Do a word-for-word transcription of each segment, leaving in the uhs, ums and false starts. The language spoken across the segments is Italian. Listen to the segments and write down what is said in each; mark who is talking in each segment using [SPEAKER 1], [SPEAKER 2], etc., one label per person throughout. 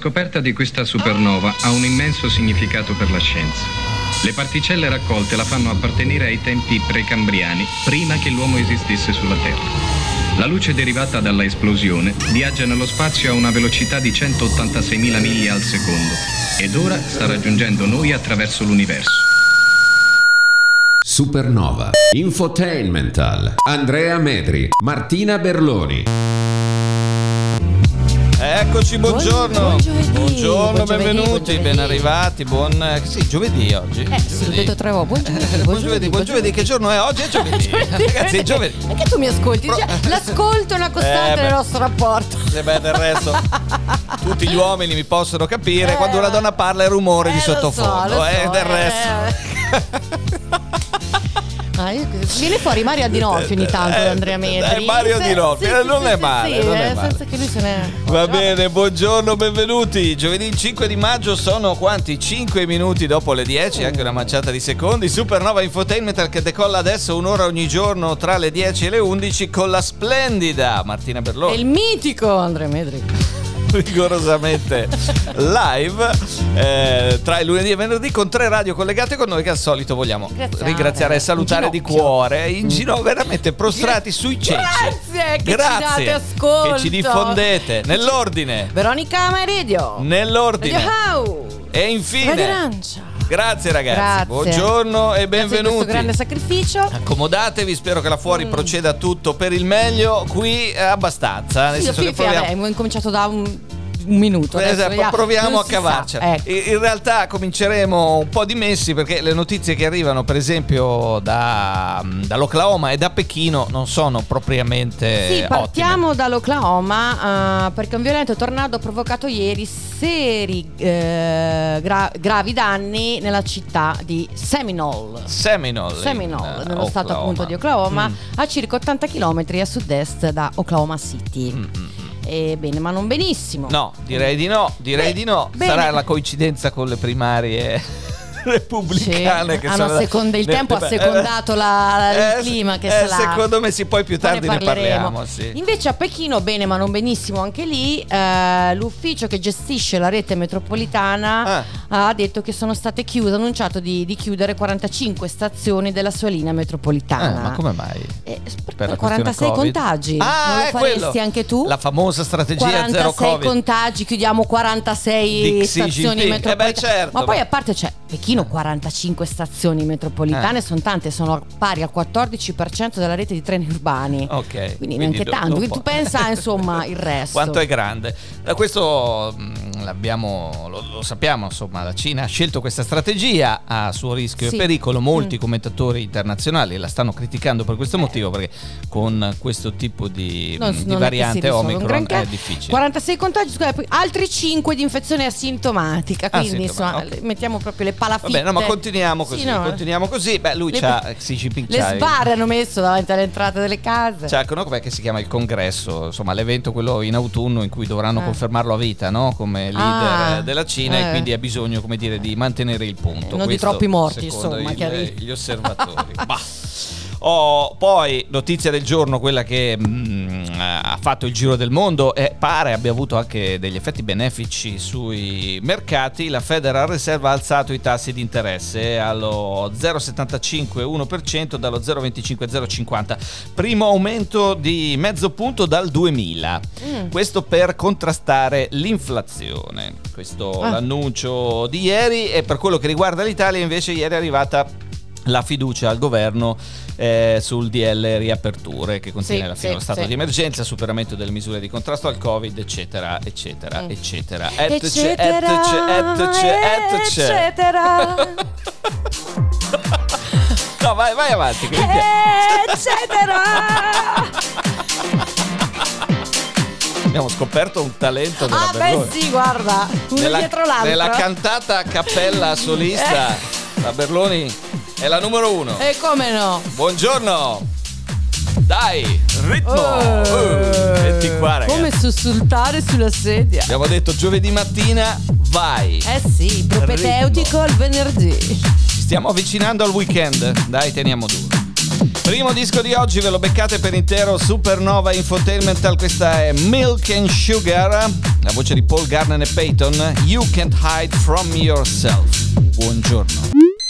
[SPEAKER 1] scoperta di questa supernova ha un immenso significato per la scienza. Le particelle raccolte la fanno appartenere ai tempi precambriani, prima che l'uomo esistesse sulla Terra. La luce derivata dalla esplosione viaggia nello spazio a una velocità di centottantaseimila miglia al secondo ed ora sta raggiungendo noi attraverso l'universo.
[SPEAKER 2] Supernova Infotainmental. Andrea Medri, Martina Berloni.
[SPEAKER 3] Eccoci, buongiorno.
[SPEAKER 4] Buon, buon giovedì,
[SPEAKER 3] buongiorno,
[SPEAKER 4] buon giovedì,
[SPEAKER 3] benvenuti,
[SPEAKER 4] buon
[SPEAKER 3] ben arrivati. Buon sì, giovedì oggi.
[SPEAKER 4] Eh sì, l'ho detto tre volte. Buon giovedì,
[SPEAKER 3] buon giovedì, buon giovedì. Che giorno è oggi? È giovedì. Ragazzi, è giovedì.
[SPEAKER 4] Anche tu mi ascolti, cioè, l'ascolto è una costante
[SPEAKER 3] Eh,
[SPEAKER 4] del nostro rapporto.
[SPEAKER 3] E beh, del resto tutti gli uomini mi possono capire
[SPEAKER 4] Eh,
[SPEAKER 3] quando una donna parla è rumore
[SPEAKER 4] eh,
[SPEAKER 3] di
[SPEAKER 4] lo so,
[SPEAKER 3] sottofondo,
[SPEAKER 4] lo
[SPEAKER 3] eh,
[SPEAKER 4] so,
[SPEAKER 3] del
[SPEAKER 4] eh.
[SPEAKER 3] resto.
[SPEAKER 4] Ah, io- viene fuori Mario Adinolfi ogni tanto da Andrea Medri.
[SPEAKER 3] Eh, Mario
[SPEAKER 4] Se-
[SPEAKER 3] Adinolfi,
[SPEAKER 4] sì,
[SPEAKER 3] eh,
[SPEAKER 4] sì,
[SPEAKER 3] non
[SPEAKER 4] sì,
[SPEAKER 3] è
[SPEAKER 4] sì,
[SPEAKER 3] male,
[SPEAKER 4] sì,
[SPEAKER 3] non è
[SPEAKER 4] eh,
[SPEAKER 3] male.
[SPEAKER 4] senza che lui se ne...
[SPEAKER 3] Va bene, buongiorno, benvenuti. Giovedì cinque di maggio sono quanti? cinque minuti dopo le dieci, anche una manciata di secondi. Supernova Infotainmental che decolla adesso un'ora ogni giorno tra le dieci e le undici con la splendida Martina
[SPEAKER 4] È
[SPEAKER 3] Berloni.
[SPEAKER 4] il mitico Andrea Medri.
[SPEAKER 3] Rigorosamente live eh, tra il lunedì e il venerdì con tre radio collegate con noi che al solito vogliamo
[SPEAKER 4] Ringraziare.
[SPEAKER 3] ringraziare e salutare
[SPEAKER 4] In
[SPEAKER 3] di
[SPEAKER 4] ginocchio.
[SPEAKER 3] cuore in ginocchio, veramente prostrati sui ceci.
[SPEAKER 4] Grazie che
[SPEAKER 3] Grazie
[SPEAKER 4] ci date ascolto.
[SPEAKER 3] che ci diffondete nell'ordine
[SPEAKER 4] Veronica Radio.
[SPEAKER 3] nell'ordine
[SPEAKER 4] Radio How.
[SPEAKER 3] e
[SPEAKER 4] Radio
[SPEAKER 3] infine
[SPEAKER 4] Arancia.
[SPEAKER 3] grazie ragazzi,
[SPEAKER 4] Grazie.
[SPEAKER 3] buongiorno e
[SPEAKER 4] Grazie di questo
[SPEAKER 3] benvenuti.
[SPEAKER 4] grande sacrificio.
[SPEAKER 3] Accomodatevi, spero che là fuori
[SPEAKER 4] Mm.
[SPEAKER 3] proceda tutto per il meglio. Qui è abbastanza, nel
[SPEAKER 4] Sì,
[SPEAKER 3] senso
[SPEAKER 4] sì,
[SPEAKER 3] che
[SPEAKER 4] sì,
[SPEAKER 3] proviamo.
[SPEAKER 4] vabbè, abbiamo incominciato da un, un minuto. adesso
[SPEAKER 3] Esatto,
[SPEAKER 4] vediamo.
[SPEAKER 3] proviamo
[SPEAKER 4] Non
[SPEAKER 3] a
[SPEAKER 4] si
[SPEAKER 3] cavarci.
[SPEAKER 4] sa, ecco.
[SPEAKER 3] In realtà cominceremo un po' dimessi perché le notizie che arrivano, per esempio, da, dall'Oklahoma e da Pechino non sono propriamente
[SPEAKER 4] Sì,
[SPEAKER 3] ottime.
[SPEAKER 4] partiamo dall'Oklahoma eh, perché un violento tornado ha provocato ieri seri eh, gra- gravi danni nella città di Seminole.
[SPEAKER 3] Seminole,
[SPEAKER 4] Seminole,
[SPEAKER 3] in, uh,
[SPEAKER 4] nello stato
[SPEAKER 3] Oklahoma.
[SPEAKER 4] appunto di Oklahoma,
[SPEAKER 3] Mm.
[SPEAKER 4] a circa ottanta chilometri a sud-est da Oklahoma City.
[SPEAKER 3] Mm, mm, mm.
[SPEAKER 4] E bene, ma non benissimo.
[SPEAKER 3] No, direi di no, direi
[SPEAKER 4] Beh,
[SPEAKER 3] di no.
[SPEAKER 4] bene.
[SPEAKER 3] Sarà la coincidenza con le primarie repubblicane
[SPEAKER 4] Sì,
[SPEAKER 3] che
[SPEAKER 4] hanno
[SPEAKER 3] sono
[SPEAKER 4] seconda- il
[SPEAKER 3] ne-
[SPEAKER 4] tempo ha
[SPEAKER 3] eh,
[SPEAKER 4] secondato la-
[SPEAKER 3] eh,
[SPEAKER 4] il clima che
[SPEAKER 3] eh,
[SPEAKER 4] se la-
[SPEAKER 3] secondo me sì, poi più
[SPEAKER 4] Poi
[SPEAKER 3] tardi ne
[SPEAKER 4] parleremo.
[SPEAKER 3] parliamo, sì.
[SPEAKER 4] Invece a Pechino, bene ma non benissimo anche lì, eh, l'ufficio che gestisce la rete metropolitana
[SPEAKER 3] Ah.
[SPEAKER 4] ha detto che sono state chiuse, ha annunciato di, di chiudere quarantacinque stazioni della sua linea metropolitana.
[SPEAKER 3] Eh, ma come mai?
[SPEAKER 4] Eh, per,
[SPEAKER 3] Per la
[SPEAKER 4] quarantasei
[SPEAKER 3] questione Covid?
[SPEAKER 4] contagi.
[SPEAKER 3] Ah,
[SPEAKER 4] non lo
[SPEAKER 3] è
[SPEAKER 4] faresti
[SPEAKER 3] quello.
[SPEAKER 4] anche tu?
[SPEAKER 3] La famosa strategia zero
[SPEAKER 4] quarantasei
[SPEAKER 3] Covid.
[SPEAKER 4] contagi, chiudiamo quarantasei
[SPEAKER 3] Di Xi
[SPEAKER 4] stazioni
[SPEAKER 3] Jinping.
[SPEAKER 4] metropolitane.
[SPEAKER 3] Eh beh, certo,
[SPEAKER 4] ma poi
[SPEAKER 3] ma-
[SPEAKER 4] a parte c'è Pechino quarantacinque stazioni metropolitane,
[SPEAKER 3] Eh.
[SPEAKER 4] sono tante, sono pari al quattordici per cento della rete di treni urbani.
[SPEAKER 3] Ok.
[SPEAKER 4] Quindi neanche
[SPEAKER 3] do-
[SPEAKER 4] tanto,
[SPEAKER 3] non
[SPEAKER 4] quindi tu
[SPEAKER 3] può-
[SPEAKER 4] pensa insomma il resto.
[SPEAKER 3] Quanto è grande. Da questo mh, l'abbiamo, lo, lo sappiamo, insomma, la Cina ha scelto questa strategia a suo rischio
[SPEAKER 4] Sì.
[SPEAKER 3] e pericolo. Molti
[SPEAKER 4] Mm.
[SPEAKER 3] commentatori internazionali la stanno criticando per questo motivo, perché con questo tipo di,
[SPEAKER 4] Non-
[SPEAKER 3] mh, di
[SPEAKER 4] non è che si
[SPEAKER 3] variante
[SPEAKER 4] risolve un
[SPEAKER 3] Omicron
[SPEAKER 4] granché.
[SPEAKER 3] è difficile.
[SPEAKER 4] quarantasei contagi, scusa, poi altri cinque di infezione asintomatica, quindi
[SPEAKER 3] Asintomatica,
[SPEAKER 4] insomma
[SPEAKER 3] ok.
[SPEAKER 4] mettiamo proprio le palafitte.
[SPEAKER 3] Va bene, no, ma continuiamo così,
[SPEAKER 4] Sì, no.
[SPEAKER 3] continuiamo così. Beh, lui
[SPEAKER 4] Le-
[SPEAKER 3] c'ha Xi Jinping
[SPEAKER 4] Le
[SPEAKER 3] c'ha il-
[SPEAKER 4] sbarre hanno messo davanti alle entrate delle case.
[SPEAKER 3] C'è anche, no, com'è che si chiama il congresso, insomma l'evento quello in autunno in cui dovranno
[SPEAKER 4] Eh.
[SPEAKER 3] confermarlo a vita, no? Come leader
[SPEAKER 4] Ah,
[SPEAKER 3] eh, della Cina
[SPEAKER 4] eh.
[SPEAKER 3] e quindi ha bisogno, come dire, di mantenere il punto.
[SPEAKER 4] Eh, non di
[SPEAKER 3] Questo
[SPEAKER 4] troppi morti,
[SPEAKER 3] secondo
[SPEAKER 4] insomma,
[SPEAKER 3] il-
[SPEAKER 4] chiari-
[SPEAKER 3] gli osservatori. Bah. Oh, poi notizia del giorno, quella che mm, ha fatto il giro del mondo e pare abbia avuto anche degli effetti benefici sui mercati. La Federal Reserve ha alzato i tassi di interesse allo zero virgola settantacinque uno per cento dallo zero virgola venticinque zero virgola cinquanta, primo aumento di mezzo punto dal duemila.
[SPEAKER 4] Mm.
[SPEAKER 3] Questo per contrastare l'inflazione. Questo
[SPEAKER 4] Ah.
[SPEAKER 3] l'annuncio di ieri. E per quello che riguarda l'Italia invece ieri è arrivata la fiducia al governo eh, sul D L riaperture, che contiene
[SPEAKER 4] Sì,
[SPEAKER 3] alla fine
[SPEAKER 4] sì,
[SPEAKER 3] lo stato
[SPEAKER 4] sì.
[SPEAKER 3] di emergenza, superamento delle misure di contrasto al Covid, eccetera, eccetera,
[SPEAKER 4] Mm.
[SPEAKER 3] eccetera,
[SPEAKER 4] Eccetera,
[SPEAKER 3] etce,
[SPEAKER 4] eccetera.
[SPEAKER 3] No, vai, vai avanti, che mi piace.
[SPEAKER 4] Eccetera.
[SPEAKER 3] Abbiamo scoperto un talento della
[SPEAKER 4] Ah beh
[SPEAKER 3] Berloni.
[SPEAKER 4] sì, guarda, uno
[SPEAKER 3] nella,
[SPEAKER 4] dietro l'altro.
[SPEAKER 3] nella cantata a cappella solista, la Berloni è la numero uno.
[SPEAKER 4] E come no?
[SPEAKER 3] Buongiorno. Dai, ritmo.
[SPEAKER 4] Oh.
[SPEAKER 3] Uh, senti qua, ragazzi.
[SPEAKER 4] Come sussultare sulla sedia.
[SPEAKER 3] Abbiamo detto giovedì mattina, vai.
[SPEAKER 4] Eh sì, propedeutico il venerdì.
[SPEAKER 3] Ci stiamo avvicinando al weekend. Dai, teniamo duro. Primo disco di oggi, ve lo beccate per intero, Supernova Infotainmental. Questa è Milk and Sugar, la voce di Paul Garner e Peyton. You Can't Hide From Yourself. Buongiorno.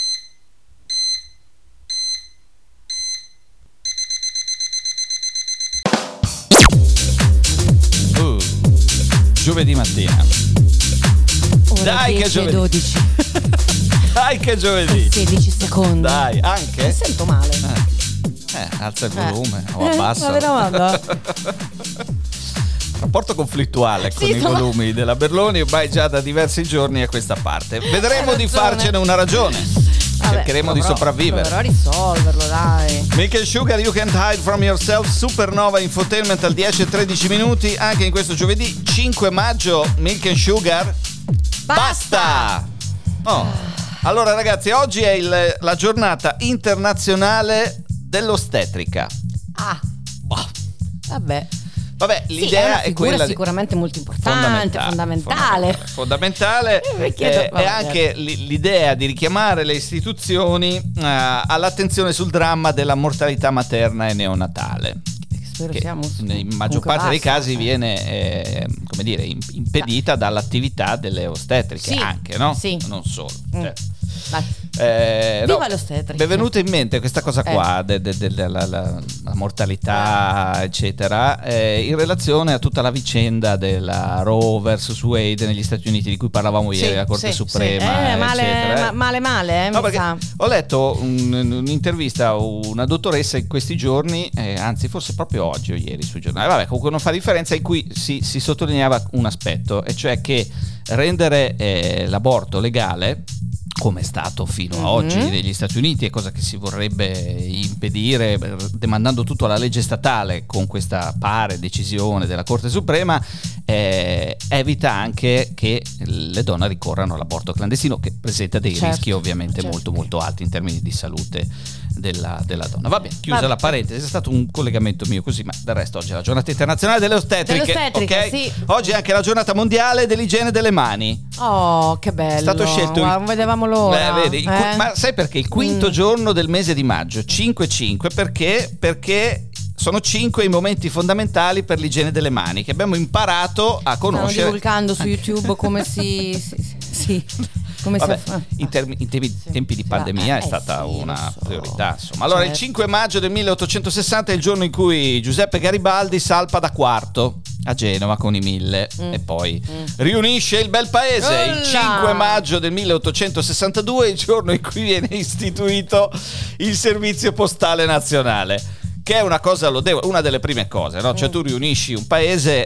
[SPEAKER 3] Uh, giovedì mattina.
[SPEAKER 4] Ora
[SPEAKER 3] Dai che giovedì.
[SPEAKER 4] dodici.
[SPEAKER 3] Dai che giovedì.
[SPEAKER 4] sedici secondi.
[SPEAKER 3] Dai, anche?
[SPEAKER 4] Mi sento male.
[SPEAKER 3] Eh. Eh, alza il volume
[SPEAKER 4] eh.
[SPEAKER 3] o abbassa.
[SPEAKER 4] Eh, ma domanda.
[SPEAKER 3] Rapporto conflittuale con
[SPEAKER 4] sì,
[SPEAKER 3] i
[SPEAKER 4] insomma.
[SPEAKER 3] volumi della Berloni ormai già da diversi giorni a questa parte. Vedremo
[SPEAKER 4] Hai
[SPEAKER 3] di
[SPEAKER 4] ragione.
[SPEAKER 3] farcene una ragione.
[SPEAKER 4] Vabbè,
[SPEAKER 3] Cercheremo di
[SPEAKER 4] proverò,
[SPEAKER 3] sopravvivere.
[SPEAKER 4] Proverò a risolverlo, dai.
[SPEAKER 3] Milk and Sugar, You Can't Hide From Yourself, Supernova Infotainmental, dieci e tredici minuti anche in questo giovedì cinque maggio. Milk and Sugar, basta! Oh. Allora ragazzi, oggi è il, la giornata internazionale dell'ostetrica.
[SPEAKER 4] Ah,
[SPEAKER 3] Bah.
[SPEAKER 4] vabbè.
[SPEAKER 3] Vabbè,
[SPEAKER 4] Sì,
[SPEAKER 3] l'idea
[SPEAKER 4] è una
[SPEAKER 3] è
[SPEAKER 4] figura
[SPEAKER 3] quella di...
[SPEAKER 4] sicuramente molto importante, fondamentale.
[SPEAKER 3] Fondamentale,
[SPEAKER 4] Mi chiedo-
[SPEAKER 3] eh,
[SPEAKER 4] vabbè.
[SPEAKER 3] è anche l- l'idea di richiamare le istituzioni eh, all'attenzione sul dramma della mortalità materna e neonatale.
[SPEAKER 4] Spero
[SPEAKER 3] Che
[SPEAKER 4] siamo su-
[SPEAKER 3] in maggior
[SPEAKER 4] comunque
[SPEAKER 3] parte dei
[SPEAKER 4] basta.
[SPEAKER 3] casi viene eh, come dire im- impedita dall'attività delle ostetriche,
[SPEAKER 4] Sì,
[SPEAKER 3] anche, no?
[SPEAKER 4] sì.
[SPEAKER 3] Non solo.
[SPEAKER 4] Mm.
[SPEAKER 3] Cioè,
[SPEAKER 4] Dai.
[SPEAKER 3] eh,
[SPEAKER 4] Viva
[SPEAKER 3] no,
[SPEAKER 4] l'ostetrica.
[SPEAKER 3] mi è venuta in mente questa cosa qua
[SPEAKER 4] Eh.
[SPEAKER 3] de- de- de- de- la, la- la mortalità eccetera eh, in relazione a tutta la vicenda della Roe versus Wade negli Stati Uniti di cui parlavamo ieri,
[SPEAKER 4] Sì,
[SPEAKER 3] la Corte
[SPEAKER 4] sì,
[SPEAKER 3] Suprema,
[SPEAKER 4] sì. Eh, male,
[SPEAKER 3] eccetera.
[SPEAKER 4] ma- male male, eh,
[SPEAKER 3] No,
[SPEAKER 4] mi
[SPEAKER 3] perché
[SPEAKER 4] sa.
[SPEAKER 3] ho letto un- un'intervista a una dottoressa in questi giorni, eh, anzi forse proprio oggi o ieri sui giornali, vabbè comunque non fa differenza, in cui si, si sottolineava un aspetto, e cioè che rendere eh, l'aborto legale, come è stato fino
[SPEAKER 4] Mm-hmm.
[SPEAKER 3] a oggi negli Stati Uniti, è cosa che si vorrebbe impedire demandando tutto alla legge statale con questa pare decisione della Corte Suprema, eh, evita anche che le donne ricorrano all'aborto clandestino, che presenta dei
[SPEAKER 4] Certo,
[SPEAKER 3] rischi ovviamente
[SPEAKER 4] certo.
[SPEAKER 3] molto molto alti in termini di salute della, della donna. Va bene, chiusa
[SPEAKER 4] Vabbè.
[SPEAKER 3] la parentesi, è stato un collegamento mio così, ma del resto oggi è la giornata internazionale delle ostetriche,
[SPEAKER 4] Delle ostetriche,
[SPEAKER 3] ok?
[SPEAKER 4] sì.
[SPEAKER 3] Oggi è anche la giornata mondiale dell'igiene delle mani.
[SPEAKER 4] Oh, che bello.
[SPEAKER 3] È stato scelto il-
[SPEAKER 4] Guarda, non vedevamo l'ora.
[SPEAKER 3] Beh, vedi, il
[SPEAKER 4] eh?
[SPEAKER 3] qu- ma sai perché il quinto
[SPEAKER 4] Mm.
[SPEAKER 3] giorno del mese di maggio, cinque cinque, perché perché sono cinque i momenti fondamentali per l'igiene delle mani che abbiamo imparato a
[SPEAKER 4] Stanno
[SPEAKER 3] conoscere.
[SPEAKER 4] divulgando su YouTube come si... sì, sì, sì. Come
[SPEAKER 3] Vabbè,
[SPEAKER 4] si fa.
[SPEAKER 3] in, termi- in temi,
[SPEAKER 4] Sì.
[SPEAKER 3] tempi di
[SPEAKER 4] Sì,
[SPEAKER 3] pandemia
[SPEAKER 4] va-
[SPEAKER 3] è
[SPEAKER 4] eh,
[SPEAKER 3] stata
[SPEAKER 4] sì,
[SPEAKER 3] una
[SPEAKER 4] lo so.
[SPEAKER 3] priorità, insomma. Allora, il
[SPEAKER 4] Certo.
[SPEAKER 3] cinque maggio del milleottocentosessanta è il giorno in cui Giuseppe Garibaldi salpa da quarto a Genova con i mille
[SPEAKER 4] Mm.
[SPEAKER 3] e poi riunisce il bel paese. Il
[SPEAKER 4] Olla!
[SPEAKER 3] cinque maggio del milleottocentosessantadue è il giorno in cui viene istituito il servizio postale nazionale, che è una cosa lodevole, una delle prime cose, no? Cioè tu riunisci un paese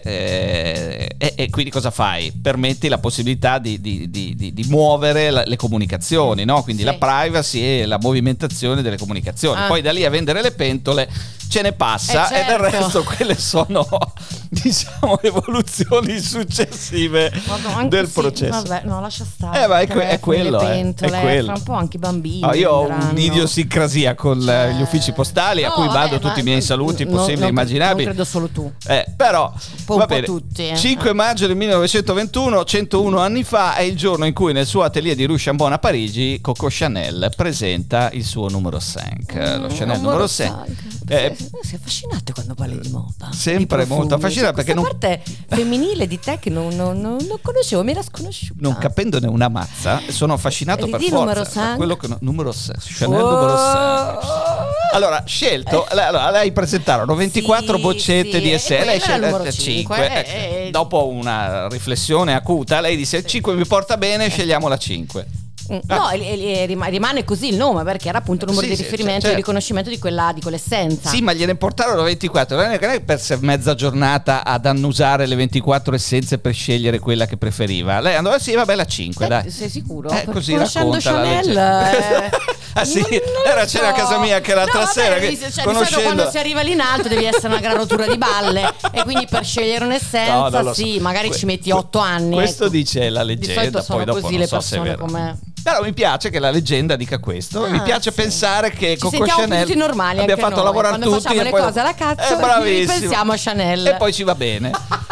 [SPEAKER 3] eh, e, e quindi cosa fai? Permetti la possibilità di, di- di- di- di muovere la- le comunicazioni, no? Quindi
[SPEAKER 4] Sì.
[SPEAKER 3] la privacy e la movimentazione delle comunicazioni.
[SPEAKER 4] Ah.
[SPEAKER 3] Poi da lì a vendere le pentole ce ne passa,
[SPEAKER 4] Eh,
[SPEAKER 3] e del
[SPEAKER 4] certo.
[SPEAKER 3] resto quelle sono diciamo evoluzioni successive
[SPEAKER 4] Madonna, anche
[SPEAKER 3] del
[SPEAKER 4] sì,
[SPEAKER 3] processo.
[SPEAKER 4] Vabbè, no, lascia stare.
[SPEAKER 3] Eh, ma è que- è
[SPEAKER 4] Telefoni,
[SPEAKER 3] quello,
[SPEAKER 4] le
[SPEAKER 3] eh, è
[SPEAKER 4] pentole,
[SPEAKER 3] quello.
[SPEAKER 4] Fra un po' anche i bambini.
[SPEAKER 3] Ah, io ho
[SPEAKER 4] venderanno.
[SPEAKER 3] un'idiosincrasia con
[SPEAKER 4] Cioè,
[SPEAKER 3] gli uffici postali a
[SPEAKER 4] no,
[SPEAKER 3] cui
[SPEAKER 4] vabbè,
[SPEAKER 3] mando
[SPEAKER 4] ma-
[SPEAKER 3] tutti i miei saluti
[SPEAKER 4] no,
[SPEAKER 3] possibili e
[SPEAKER 4] no,
[SPEAKER 3] immaginabili.
[SPEAKER 4] Non credo solo tu.
[SPEAKER 3] Eh, però
[SPEAKER 4] po' un
[SPEAKER 3] va
[SPEAKER 4] po'
[SPEAKER 3] bene.
[SPEAKER 4] tutti, eh.
[SPEAKER 3] cinque maggio del millenovecentoventuno, centouno anni fa, è il giorno in cui nel suo atelier di Rue Chambon a Parigi Coco Chanel presenta il suo numero cinque, lo Chanel numero cinque. Eh,
[SPEAKER 4] Sei affascinante quando parli di moda.
[SPEAKER 3] Sempre
[SPEAKER 4] di profumi.
[SPEAKER 3] molto affascinante,
[SPEAKER 4] Cioè,
[SPEAKER 3] perché
[SPEAKER 4] questa parte femminile di te che non, non, non, non conoscevo, mi era sconosciuta.
[SPEAKER 3] non capendone una mazza, sono affascinato
[SPEAKER 4] Ridi
[SPEAKER 3] per
[SPEAKER 4] il
[SPEAKER 3] forza
[SPEAKER 4] numero
[SPEAKER 3] da
[SPEAKER 4] cinque?
[SPEAKER 3] quello che no- numero sei, Chanel numero sei. Allora, scelto,
[SPEAKER 4] Eh.
[SPEAKER 3] lei- allora, lei presentarono ventiquattro
[SPEAKER 4] Sì,
[SPEAKER 3] boccette
[SPEAKER 4] sì,
[SPEAKER 3] di
[SPEAKER 4] e
[SPEAKER 3] S L, lei
[SPEAKER 4] quello era il
[SPEAKER 3] sceglie
[SPEAKER 4] numero
[SPEAKER 3] cinque.
[SPEAKER 4] cinque,
[SPEAKER 3] Ecco,
[SPEAKER 4] eh, eh.
[SPEAKER 3] dopo una riflessione acuta, lei disse cinque mi porta bene, scegliamo la cinque.
[SPEAKER 4] Mm, No, e- e- e rima- rimane così il nome perché era appunto il numero
[SPEAKER 3] Sì,
[SPEAKER 4] di
[SPEAKER 3] sì,
[SPEAKER 4] riferimento
[SPEAKER 3] certo.
[SPEAKER 4] e di riconoscimento di quella di quell'essenza.
[SPEAKER 3] Sì, ma gliene portarono ventiquattro. Non è che lei perse mezza giornata ad annusare le ventiquattro essenze per scegliere quella che preferiva. Lei andò, sì, vabbè, la cinque,
[SPEAKER 4] Eh,
[SPEAKER 3] dai.
[SPEAKER 4] sei sicuro?
[SPEAKER 3] Eh,
[SPEAKER 4] Per-
[SPEAKER 3] così
[SPEAKER 4] conoscendo
[SPEAKER 3] racconta la
[SPEAKER 4] Chanel,
[SPEAKER 3] leggenda.
[SPEAKER 4] eh,
[SPEAKER 3] Ah, sì?
[SPEAKER 4] non- non lo
[SPEAKER 3] Era a cena a casa mia anche l'altra
[SPEAKER 4] No, vabbè,
[SPEAKER 3] sera, che
[SPEAKER 4] di- cioè, di solito
[SPEAKER 3] conoscendo-
[SPEAKER 4] quando si arriva lì in alto devi essere una gran rottura di balle e quindi per scegliere un'essenza
[SPEAKER 3] No, non lo so.
[SPEAKER 4] sì, magari
[SPEAKER 3] Que-
[SPEAKER 4] ci metti
[SPEAKER 3] que-
[SPEAKER 4] otto anni.
[SPEAKER 3] Questo
[SPEAKER 4] ecco.
[SPEAKER 3] dice la
[SPEAKER 4] Di
[SPEAKER 3] leggenda,
[SPEAKER 4] solito sono
[SPEAKER 3] poi dopo
[SPEAKER 4] così
[SPEAKER 3] non
[SPEAKER 4] le
[SPEAKER 3] so se è
[SPEAKER 4] persone
[SPEAKER 3] vero.
[SPEAKER 4] come...
[SPEAKER 3] Però mi piace che la leggenda dica questo.
[SPEAKER 4] Ah,
[SPEAKER 3] mi piace
[SPEAKER 4] sì.
[SPEAKER 3] pensare che
[SPEAKER 4] Ci
[SPEAKER 3] Coco
[SPEAKER 4] sentiamo
[SPEAKER 3] Chanel
[SPEAKER 4] tutti normali
[SPEAKER 3] abbia
[SPEAKER 4] anche
[SPEAKER 3] fatto
[SPEAKER 4] noi.
[SPEAKER 3] lavorare
[SPEAKER 4] Quando
[SPEAKER 3] tutti
[SPEAKER 4] facciamo
[SPEAKER 3] e
[SPEAKER 4] le
[SPEAKER 3] poi
[SPEAKER 4] cose alla cazzo,
[SPEAKER 3] è bravissimo.
[SPEAKER 4] ripensiamo a Chanel.
[SPEAKER 3] E poi ci va bene.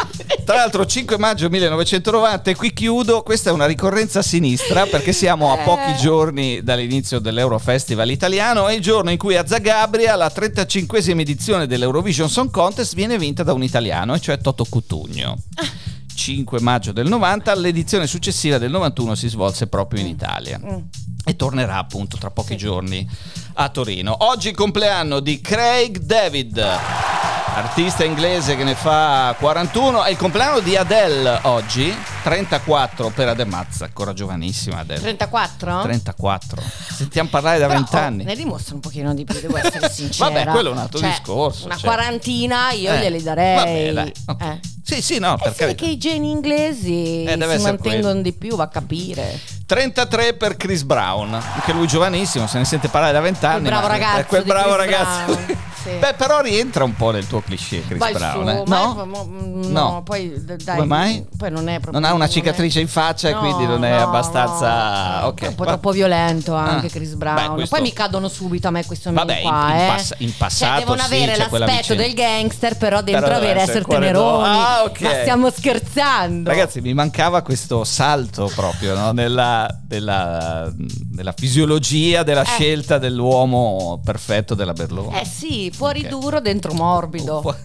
[SPEAKER 3] Tra l'altro cinque maggio millenovecentonovanta, e qui chiudo, questa è una ricorrenza a sinistra perché siamo a pochi giorni dall'inizio dell'Eurofestival italiano, è il giorno in cui a Zagabria la trentacinquesima edizione dell'Eurovision Song Contest viene vinta da un italiano, e cioè Toto Cutugno. cinque maggio del novanta, l'edizione successiva del novantuno si svolse proprio in Italia e tornerà appunto tra pochi giorni a Torino. Oggi compleanno di Craig David, artista inglese che ne fa quarantuno. È il compleanno di Adele oggi, trentaquattro per Adele. Mazza, ancora giovanissima Adele.
[SPEAKER 4] trentaquattro?
[SPEAKER 3] trentaquattro. Sentiamo parlare da vent'anni.
[SPEAKER 4] Oh, ne dimostra un pochino di più, devo essere sincera.
[SPEAKER 3] Vabbè, quello è un altro
[SPEAKER 4] cioè,
[SPEAKER 3] discorso.
[SPEAKER 4] Una
[SPEAKER 3] cioè.
[SPEAKER 4] quarantina io
[SPEAKER 3] Eh,
[SPEAKER 4] glieli darei.
[SPEAKER 3] Vabbè, dai. Okay.
[SPEAKER 4] Eh.
[SPEAKER 3] Sì, sì, no, per
[SPEAKER 4] Eh sì,
[SPEAKER 3] carità.
[SPEAKER 4] che i geni inglesi
[SPEAKER 3] Eh, deve
[SPEAKER 4] si
[SPEAKER 3] essere
[SPEAKER 4] mantengono
[SPEAKER 3] quello.
[SPEAKER 4] di più, va a capire.
[SPEAKER 3] trentatré per Chris Brown, anche lui giovanissimo, se ne sente parlare da vent'anni.
[SPEAKER 4] Quel bravo
[SPEAKER 3] ma-
[SPEAKER 4] ragazzo
[SPEAKER 3] è quel
[SPEAKER 4] di
[SPEAKER 3] bravo
[SPEAKER 4] Chris
[SPEAKER 3] ragazzo.
[SPEAKER 4] Brown, sì.
[SPEAKER 3] Beh, però rientra un po' nel tuo cliché Chris
[SPEAKER 4] Vai
[SPEAKER 3] Brown.
[SPEAKER 4] su,
[SPEAKER 3] eh.
[SPEAKER 4] ma-
[SPEAKER 3] No?
[SPEAKER 4] ma- no,
[SPEAKER 3] No.
[SPEAKER 4] poi d- dai,
[SPEAKER 3] Come mai?
[SPEAKER 4] Poi non è proprio
[SPEAKER 3] Non ha una
[SPEAKER 4] non è-
[SPEAKER 3] cicatrice in faccia e
[SPEAKER 4] No,
[SPEAKER 3] quindi non è
[SPEAKER 4] no,
[SPEAKER 3] abbastanza.
[SPEAKER 4] no.
[SPEAKER 3] Ok.
[SPEAKER 4] È un po'
[SPEAKER 3] va-
[SPEAKER 4] troppo violento anche
[SPEAKER 3] Ah.
[SPEAKER 4] Chris
[SPEAKER 3] Beh,
[SPEAKER 4] Brown.
[SPEAKER 3] questo-
[SPEAKER 4] Poi mi cadono subito a me questi nomi
[SPEAKER 3] Vabbè,
[SPEAKER 4] qua,
[SPEAKER 3] in- in
[SPEAKER 4] eh.
[SPEAKER 3] pass- in passato
[SPEAKER 4] cioè, devono
[SPEAKER 3] sì,
[SPEAKER 4] avere
[SPEAKER 3] c'è quella
[SPEAKER 4] l'aspetto
[SPEAKER 3] vicenda.
[SPEAKER 4] del gangster, però dentro
[SPEAKER 3] Però deve
[SPEAKER 4] avere
[SPEAKER 3] essere
[SPEAKER 4] essere
[SPEAKER 3] cuore d'oro.
[SPEAKER 4] teneroni.
[SPEAKER 3] Ah, ok.
[SPEAKER 4] Ma stiamo scherzando.
[SPEAKER 3] Ragazzi, mi mancava questo salto proprio, no? nella, nella, nella fisiologia della
[SPEAKER 4] Eh.
[SPEAKER 3] scelta dell'uomo perfetto della Berlone.
[SPEAKER 4] Eh sì, fuori
[SPEAKER 3] Ok.
[SPEAKER 4] duro, dentro morbido.
[SPEAKER 3] Fu-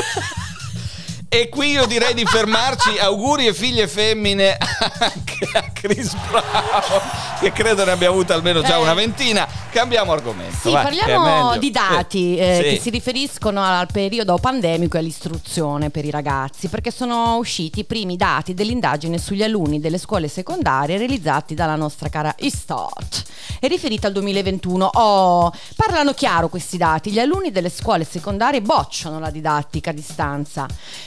[SPEAKER 3] E qui io direi di fermarci. Auguri e figlie femmine anche a Chris Brown, che credo ne abbia avuta almeno già
[SPEAKER 4] Eh.
[SPEAKER 3] una ventina. Cambiamo argomento.
[SPEAKER 4] Sì,
[SPEAKER 3] vai, che è
[SPEAKER 4] parliamo
[SPEAKER 3] meglio.
[SPEAKER 4] di dati eh,
[SPEAKER 3] Sì.
[SPEAKER 4] che si riferiscono al periodo pandemico e all'istruzione per i ragazzi, perché sono usciti i primi dati dell'indagine sugli alunni delle scuole secondarie realizzati dalla nostra cara Istat e riferita al duemilaventuno. Oh, parlano chiaro questi dati: gli alunni delle scuole secondarie bocciano la didattica a distanza.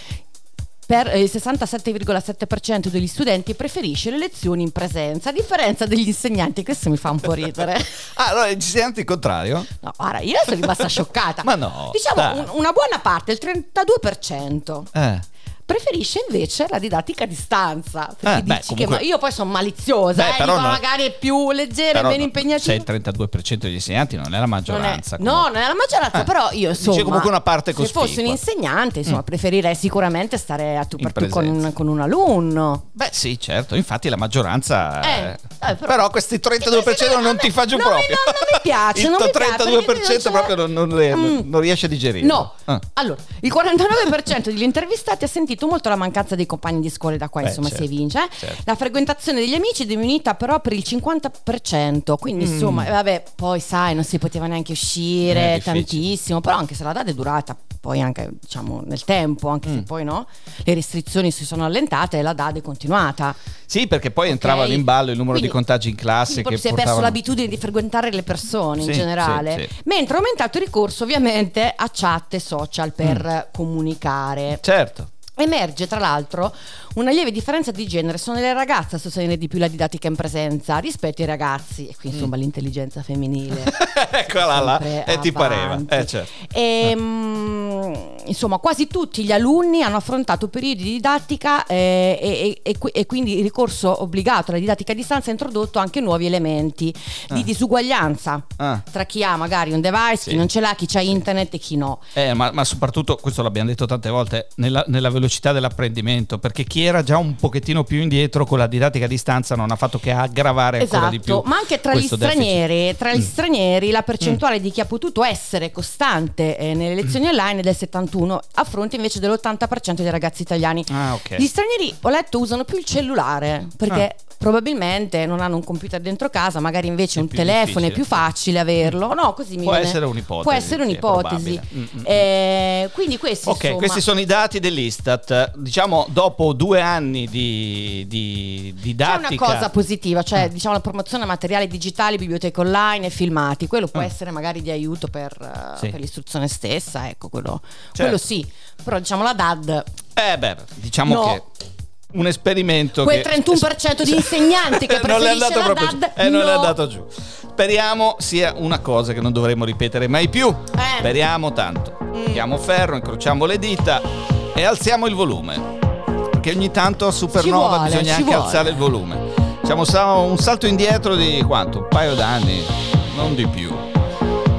[SPEAKER 4] Per il sessantasette virgola sette per cento degli studenti preferisce le lezioni in presenza, a differenza degli insegnanti. Questo mi fa un po' ridere.
[SPEAKER 3] Ah, allora gli insegnanti il contrario?
[SPEAKER 4] No, guarda, io sono rimasta scioccata.
[SPEAKER 3] Ma no,
[SPEAKER 4] Diciamo
[SPEAKER 3] dai.
[SPEAKER 4] un- una buona parte, il trentadue per cento,
[SPEAKER 3] Eh.
[SPEAKER 4] preferisce invece la didattica a distanza. Perché
[SPEAKER 3] Eh, beh,
[SPEAKER 4] dici
[SPEAKER 3] comunque-
[SPEAKER 4] che ma io poi sono maliziosa,
[SPEAKER 3] Beh,
[SPEAKER 4] eh,
[SPEAKER 3] però
[SPEAKER 4] dico
[SPEAKER 3] non-
[SPEAKER 4] magari è più leggera,
[SPEAKER 3] Però
[SPEAKER 4] meno
[SPEAKER 3] no,
[SPEAKER 4] impegnativa.
[SPEAKER 3] se il trentadue per cento degli insegnanti non è la
[SPEAKER 4] Non è-
[SPEAKER 3] maggioranza.
[SPEAKER 4] no,
[SPEAKER 3] comunque.
[SPEAKER 4] non è la maggioranza,
[SPEAKER 3] Eh,
[SPEAKER 4] però io
[SPEAKER 3] dice
[SPEAKER 4] insomma,
[SPEAKER 3] comunque una parte
[SPEAKER 4] se
[SPEAKER 3] cospicua.
[SPEAKER 4] fossi un insegnante, insomma,
[SPEAKER 3] Mm.
[SPEAKER 4] preferirei sicuramente stare a tu
[SPEAKER 3] In
[SPEAKER 4] per tu con un,
[SPEAKER 3] presenza.
[SPEAKER 4] con un alunno.
[SPEAKER 3] Beh sì, certo, infatti la maggioranza
[SPEAKER 4] Eh,
[SPEAKER 3] eh,
[SPEAKER 4] eh,
[SPEAKER 3] però,
[SPEAKER 4] però-
[SPEAKER 3] questi trentadue per cento
[SPEAKER 4] Sì,
[SPEAKER 3] non
[SPEAKER 4] a me-
[SPEAKER 3] ti fa giù
[SPEAKER 4] non mi-
[SPEAKER 3] proprio.
[SPEAKER 4] non- non mi piace,
[SPEAKER 3] Il
[SPEAKER 4] non
[SPEAKER 3] tuo
[SPEAKER 4] mi piace,
[SPEAKER 3] trentadue per cento
[SPEAKER 4] perché non
[SPEAKER 3] proprio non, non-
[SPEAKER 4] Mm.
[SPEAKER 3] non riesce a digerirlo.
[SPEAKER 4] No,
[SPEAKER 3] Ah.
[SPEAKER 4] allora il quarantanove per cento degli intervistati ha sentito molto la mancanza dei compagni di scuola, da qua
[SPEAKER 3] Beh,
[SPEAKER 4] insomma
[SPEAKER 3] certo,
[SPEAKER 4] si evince. eh.
[SPEAKER 3] certo.
[SPEAKER 4] La frequentazione degli amici è diminuita però per il cinquanta per cento, quindi
[SPEAKER 3] Mm.
[SPEAKER 4] insomma, eh, vabbè, poi sai, non si poteva neanche
[SPEAKER 3] Eh,
[SPEAKER 4] uscire
[SPEAKER 3] difficile.
[SPEAKER 4] tantissimo, però anche se la data è durata poi anche diciamo nel tempo, anche se
[SPEAKER 3] Mm.
[SPEAKER 4] poi no, le restrizioni si sono allentate e la data è continuata.
[SPEAKER 3] Sì, perché poi
[SPEAKER 4] Ok?
[SPEAKER 3] entravano in ballo il numero
[SPEAKER 4] Quindi-
[SPEAKER 3] di contagi in classe
[SPEAKER 4] quindi
[SPEAKER 3] che
[SPEAKER 4] proprio si è perso
[SPEAKER 3] portavano...
[SPEAKER 4] l'abitudine di frequentare le persone in
[SPEAKER 3] Sì,
[SPEAKER 4] generale,
[SPEAKER 3] sì, sì.
[SPEAKER 4] mentre è aumentato il ricorso ovviamente a chat e social per
[SPEAKER 3] Mm.
[SPEAKER 4] comunicare.
[SPEAKER 3] Certo.
[SPEAKER 4] Emerge tra l'altro una lieve differenza di genere, sono le ragazze a sostenere di più la didattica in presenza rispetto ai ragazzi, e qui insomma l'intelligenza femminile
[SPEAKER 3] Eccola là,
[SPEAKER 4] sempre
[SPEAKER 3] e ti pareva.
[SPEAKER 4] avanti.
[SPEAKER 3] Eh, certo.
[SPEAKER 4] E, mm, insomma quasi tutti gli alunni hanno affrontato periodi di didattica eh, e, e- e qui- e quindi il ricorso obbligato alla didattica a distanza ha introdotto anche nuovi elementi di
[SPEAKER 3] Ah.
[SPEAKER 4] disuguaglianza
[SPEAKER 3] Ah.
[SPEAKER 4] tra chi ha magari un device,
[SPEAKER 3] Sì.
[SPEAKER 4] chi non ce l'ha, chi ha internet e chi no.
[SPEAKER 3] Eh, ma, ma soprattutto, questo l'abbiamo detto tante volte, nella, nella velocità dell'apprendimento, perché chi era già un pochettino più indietro con la didattica a distanza non ha fatto che aggravare ancora di più.
[SPEAKER 4] Esatto, ma anche tra gli
[SPEAKER 3] questo deficit.
[SPEAKER 4] stranieri, tra gli
[SPEAKER 3] Mm.
[SPEAKER 4] stranieri la percentuale di chi ha potuto essere costante eh, nelle lezioni online è del settantuno a fronte invece dell'ottanta per cento dei ragazzi italiani.
[SPEAKER 3] Ah, ok.
[SPEAKER 4] Gli stranieri, ho letto, usano più il cellulare perché
[SPEAKER 3] Ah.
[SPEAKER 4] probabilmente non hanno un computer dentro casa, magari invece
[SPEAKER 3] È
[SPEAKER 4] un
[SPEAKER 3] più
[SPEAKER 4] telefono
[SPEAKER 3] difficile.
[SPEAKER 4] è più facile averlo. No, così mi
[SPEAKER 3] Può
[SPEAKER 4] viene-
[SPEAKER 3] essere un'ipotesi,
[SPEAKER 4] Può essere
[SPEAKER 3] sì, è
[SPEAKER 4] un'ipotesi.
[SPEAKER 3] probabile. Mm, mm, mm.
[SPEAKER 4] Eh, quindi questi
[SPEAKER 3] Ok,
[SPEAKER 4] insomma,
[SPEAKER 3] questi sono i dati dell'Istat. Diciamo, dopo due anni di, di
[SPEAKER 4] c'è
[SPEAKER 3] didattica...
[SPEAKER 4] una cosa positiva, cioè
[SPEAKER 3] Ah.
[SPEAKER 4] diciamo la promozione a materiali digitali, biblioteche online e filmati, quello può
[SPEAKER 3] Ah.
[SPEAKER 4] essere magari di aiuto per, eh,
[SPEAKER 3] Sì.
[SPEAKER 4] per l'istruzione stessa, ecco, quello,
[SPEAKER 3] Certo.
[SPEAKER 4] quello sì, però diciamo la D A D,
[SPEAKER 3] Eh beh, diciamo
[SPEAKER 4] No.
[SPEAKER 3] che un esperimento
[SPEAKER 4] quel
[SPEAKER 3] che...
[SPEAKER 4] trentuno per cento di insegnanti che
[SPEAKER 3] non le è
[SPEAKER 4] preferisce
[SPEAKER 3] andato
[SPEAKER 4] la
[SPEAKER 3] proprio giù.
[SPEAKER 4] D A D,
[SPEAKER 3] Eh, non
[SPEAKER 4] no.
[SPEAKER 3] è andato giù. Speriamo sia una cosa che non dovremo ripetere mai più.
[SPEAKER 4] Eh.
[SPEAKER 3] Speriamo tanto.
[SPEAKER 4] Mm.
[SPEAKER 3] Diamo ferro, incrociamo le dita e alziamo il volume. Perché ogni tanto a Supernova
[SPEAKER 4] Ci vuole,
[SPEAKER 3] bisogna
[SPEAKER 4] ci
[SPEAKER 3] anche
[SPEAKER 4] vuole.
[SPEAKER 3] alzare il volume. Facciamo sa- un salto indietro di quanto? Un paio d'anni, non di più. Questo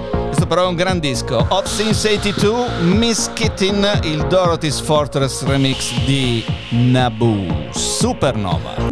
[SPEAKER 3] questo però è un gran disco. Hot Since ottantadue, Miss Kittin, il Dorothy's Fortress remix di Naboo, Supernova.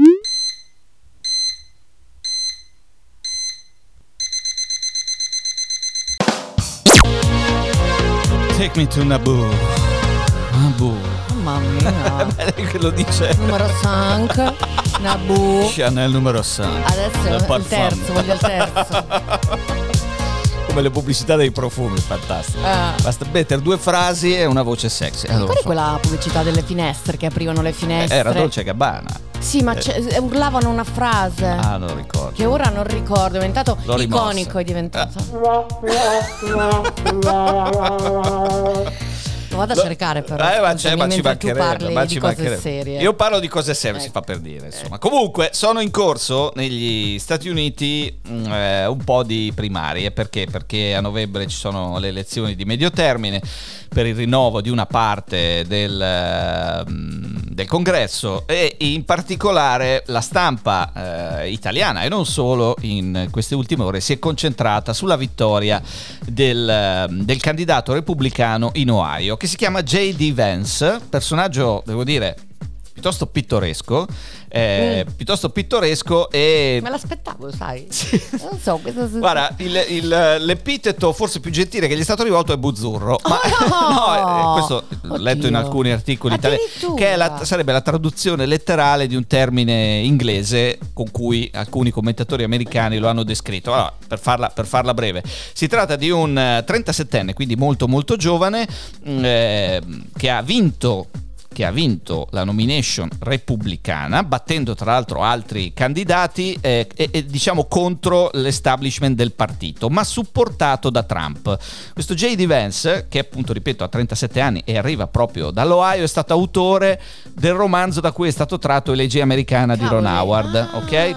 [SPEAKER 3] Take me to Naboo. Naboo.
[SPEAKER 4] Mamma mia.
[SPEAKER 3] Lo dice.
[SPEAKER 4] Numero cinque. Naboo.
[SPEAKER 3] Chanel numero cinque.
[SPEAKER 4] Adesso il terzo, voglio il terzo.
[SPEAKER 3] Come le pubblicità dei profumi, fantastico.
[SPEAKER 4] Ah.
[SPEAKER 3] Basta mettere due frasi e una voce sexy.
[SPEAKER 4] Allora, qual è quella pubblicità delle finestre che aprivano le finestre?
[SPEAKER 3] Era Dolce e Gabbana.
[SPEAKER 4] Sì, ma eh. urlavano una frase.
[SPEAKER 3] Ah, non lo ricordo.
[SPEAKER 4] Che ora non ricordo, è diventato
[SPEAKER 3] L'ho
[SPEAKER 4] iconico,
[SPEAKER 3] rimossa.
[SPEAKER 4] è diventato. Lo vado a cercare però.
[SPEAKER 3] Eh, ma,
[SPEAKER 4] scusami,
[SPEAKER 3] c'è, ma ci
[SPEAKER 4] mentre tu
[SPEAKER 3] mancherebbe,
[SPEAKER 4] parli
[SPEAKER 3] ma
[SPEAKER 4] di
[SPEAKER 3] ci
[SPEAKER 4] cose
[SPEAKER 3] mancherebbe.
[SPEAKER 4] serie.
[SPEAKER 3] Io parlo di cose serie,
[SPEAKER 4] Ecco.
[SPEAKER 3] si fa per dire, insomma. Comunque, sono in corso negli Stati Uniti mh, eh, un po' di primarie. Perché? Perché a novembre ci sono le elezioni di medio termine per il rinnovo di una parte del, uh, del congresso, e in particolare la stampa uh, italiana e non solo in queste ultime ore si è concentrata sulla vittoria del, uh, del candidato repubblicano in Ohio, che si chiama J D Vance, personaggio, devo dire, piuttosto pittoresco, eh, mm. piuttosto pittoresco e...
[SPEAKER 4] Me l'aspettavo, sai?
[SPEAKER 3] Sì.
[SPEAKER 4] Non so, questo...
[SPEAKER 3] Guarda, il, il, l'epiteto forse più gentile che gli è stato rivolto è buzzurro, ma
[SPEAKER 4] oh,
[SPEAKER 3] no, questo l'ho letto in alcuni articoli italiani, che è la, sarebbe la traduzione letterale di un termine inglese con cui alcuni commentatori americani lo hanno descritto. Allora, per farla, per farla breve, si tratta di un trentasettenne, quindi molto molto giovane, eh, che ha vinto che ha vinto la nomination repubblicana, battendo tra l'altro altri candidati eh, e, e diciamo contro l'establishment del partito, ma supportato da Trump. Questo J D Vance, che appunto, ripeto, ha trentasette anni e arriva proprio dall'Ohio, è stato autore del romanzo da cui è stato tratto Elegia americana di Ron Howard, ah. ok?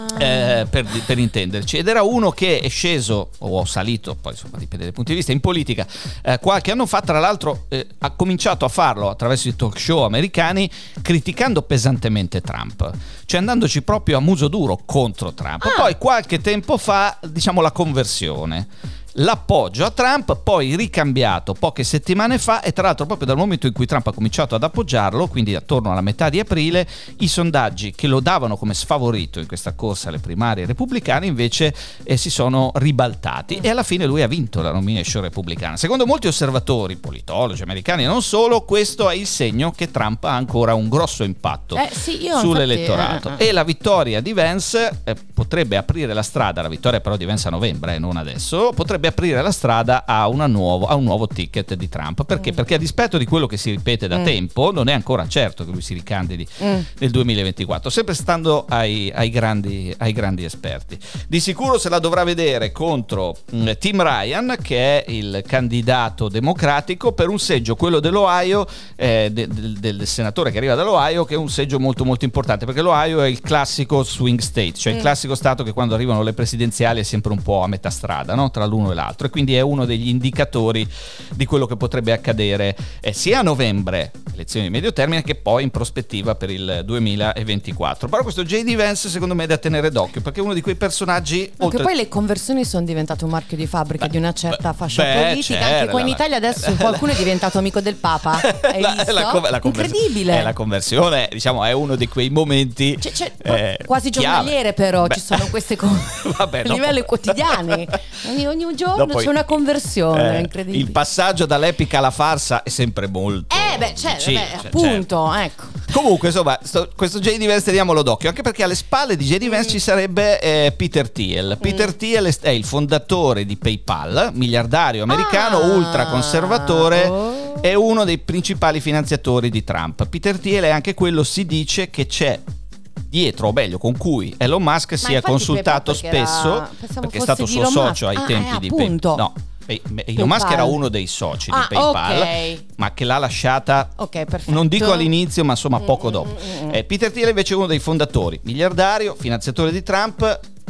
[SPEAKER 3] Eh, per, per intenderci, ed era uno che è sceso o salito, poi insomma dipende dai punti di vista, in politica eh, qualche anno fa. Tra l'altro eh, ha cominciato a farlo attraverso i talk show americani, criticando pesantemente Trump, cioè andandoci proprio a muso duro contro Trump. Ah. Poi qualche tempo fa, diciamo, la conversione, l'appoggio a Trump, poi ricambiato poche settimane fa, e tra l'altro proprio dal momento in cui Trump ha cominciato ad appoggiarlo, quindi attorno alla metà di aprile, i sondaggi che lo davano come sfavorito in questa corsa alle primarie repubblicane invece eh, si sono ribaltati, e alla fine lui ha vinto la nomination repubblicana. Secondo molti osservatori, politologi americani e non solo, questo è il segno che Trump ha ancora un grosso impatto
[SPEAKER 4] eh, sì, io
[SPEAKER 3] sull'elettorato,
[SPEAKER 4] infatti, eh,
[SPEAKER 3] e la vittoria di Vance eh, potrebbe aprire la strada, la vittoria però di Vance a novembre e eh, non adesso, potrebbe aprire la strada a, una nuovo, a un nuovo ticket di Trump. Perché? Mm. Perché a dispetto di quello che si ripete da mm. tempo, non è ancora certo che lui si ricandidi mm. nel duemilaventiquattro, sempre stando ai, ai, grandi, ai grandi esperti. Di sicuro se la dovrà vedere contro mm, Tim Ryan, che è il candidato democratico per un seggio, quello dell'Ohio, eh, de, de, del senatore che arriva dall'Ohio, che è un seggio molto molto importante, perché l'Ohio è il classico swing state, cioè mm. il classico stato che quando arrivano le presidenziali è sempre un po' a metà strada, no? Tra l'uno e l'altro, e quindi è uno degli indicatori di quello che potrebbe accadere eh, sia a novembre, elezioni di medio termine, che poi in prospettiva per il duemilaventiquattro. Però questo J D Vance secondo me è da tenere d'occhio, perché è uno di quei personaggi,
[SPEAKER 4] anche
[SPEAKER 3] oltre...
[SPEAKER 4] poi le conversioni sono diventate un marchio di fabbrica beh, di una certa fascia
[SPEAKER 3] beh,
[SPEAKER 4] politica,
[SPEAKER 3] c'era,
[SPEAKER 4] anche qua in
[SPEAKER 3] la,
[SPEAKER 4] Italia adesso la, qualcuno è diventato amico del Papa, hai
[SPEAKER 3] la,
[SPEAKER 4] visto?
[SPEAKER 3] La, la, la convers-
[SPEAKER 4] incredibile.
[SPEAKER 3] Eh, la conversione, diciamo, è uno di quei momenti
[SPEAKER 4] c'è, c'è,
[SPEAKER 3] eh,
[SPEAKER 4] quasi giornaliere, però beh. Ci sono queste cose
[SPEAKER 3] Vabbè,
[SPEAKER 4] a livello quotidiani, ogni, ogni giorno
[SPEAKER 3] dopo,
[SPEAKER 4] c'è una conversione
[SPEAKER 3] eh,
[SPEAKER 4] incredibile.
[SPEAKER 3] Il passaggio dall'epica alla farsa è sempre molto
[SPEAKER 4] eh beh, c'è,
[SPEAKER 3] vicino,
[SPEAKER 4] beh,
[SPEAKER 3] cioè,
[SPEAKER 4] appunto
[SPEAKER 3] certo.
[SPEAKER 4] Ecco.
[SPEAKER 3] Comunque insomma sto, questo J D Vance teniamolo d'occhio, anche perché alle spalle di J D Vance mm. ci sarebbe eh, Peter Thiel. Peter mm. Thiel è il fondatore di PayPal, miliardario americano,
[SPEAKER 4] ah,
[SPEAKER 3] ultraconservatore,
[SPEAKER 4] oh.
[SPEAKER 3] è uno dei principali finanziatori di Trump. Peter Thiel è anche quello, si dice, che c'è dietro, o meglio con cui Elon Musk sia consultato spesso,
[SPEAKER 4] era,
[SPEAKER 3] perché è stato suo socio ai
[SPEAKER 4] ah,
[SPEAKER 3] tempi
[SPEAKER 4] eh,
[SPEAKER 3] di
[SPEAKER 4] PayPal.
[SPEAKER 3] No, Elon Musk era uno dei soci
[SPEAKER 4] ah,
[SPEAKER 3] di PayPal,
[SPEAKER 4] okay.
[SPEAKER 3] ma che l'ha lasciata,
[SPEAKER 4] okay,
[SPEAKER 3] non dico all'inizio, ma insomma poco dopo.
[SPEAKER 4] Mm-hmm.
[SPEAKER 3] Eh, Peter Thiel invece è uno dei fondatori, miliardario, finanziatore di Trump,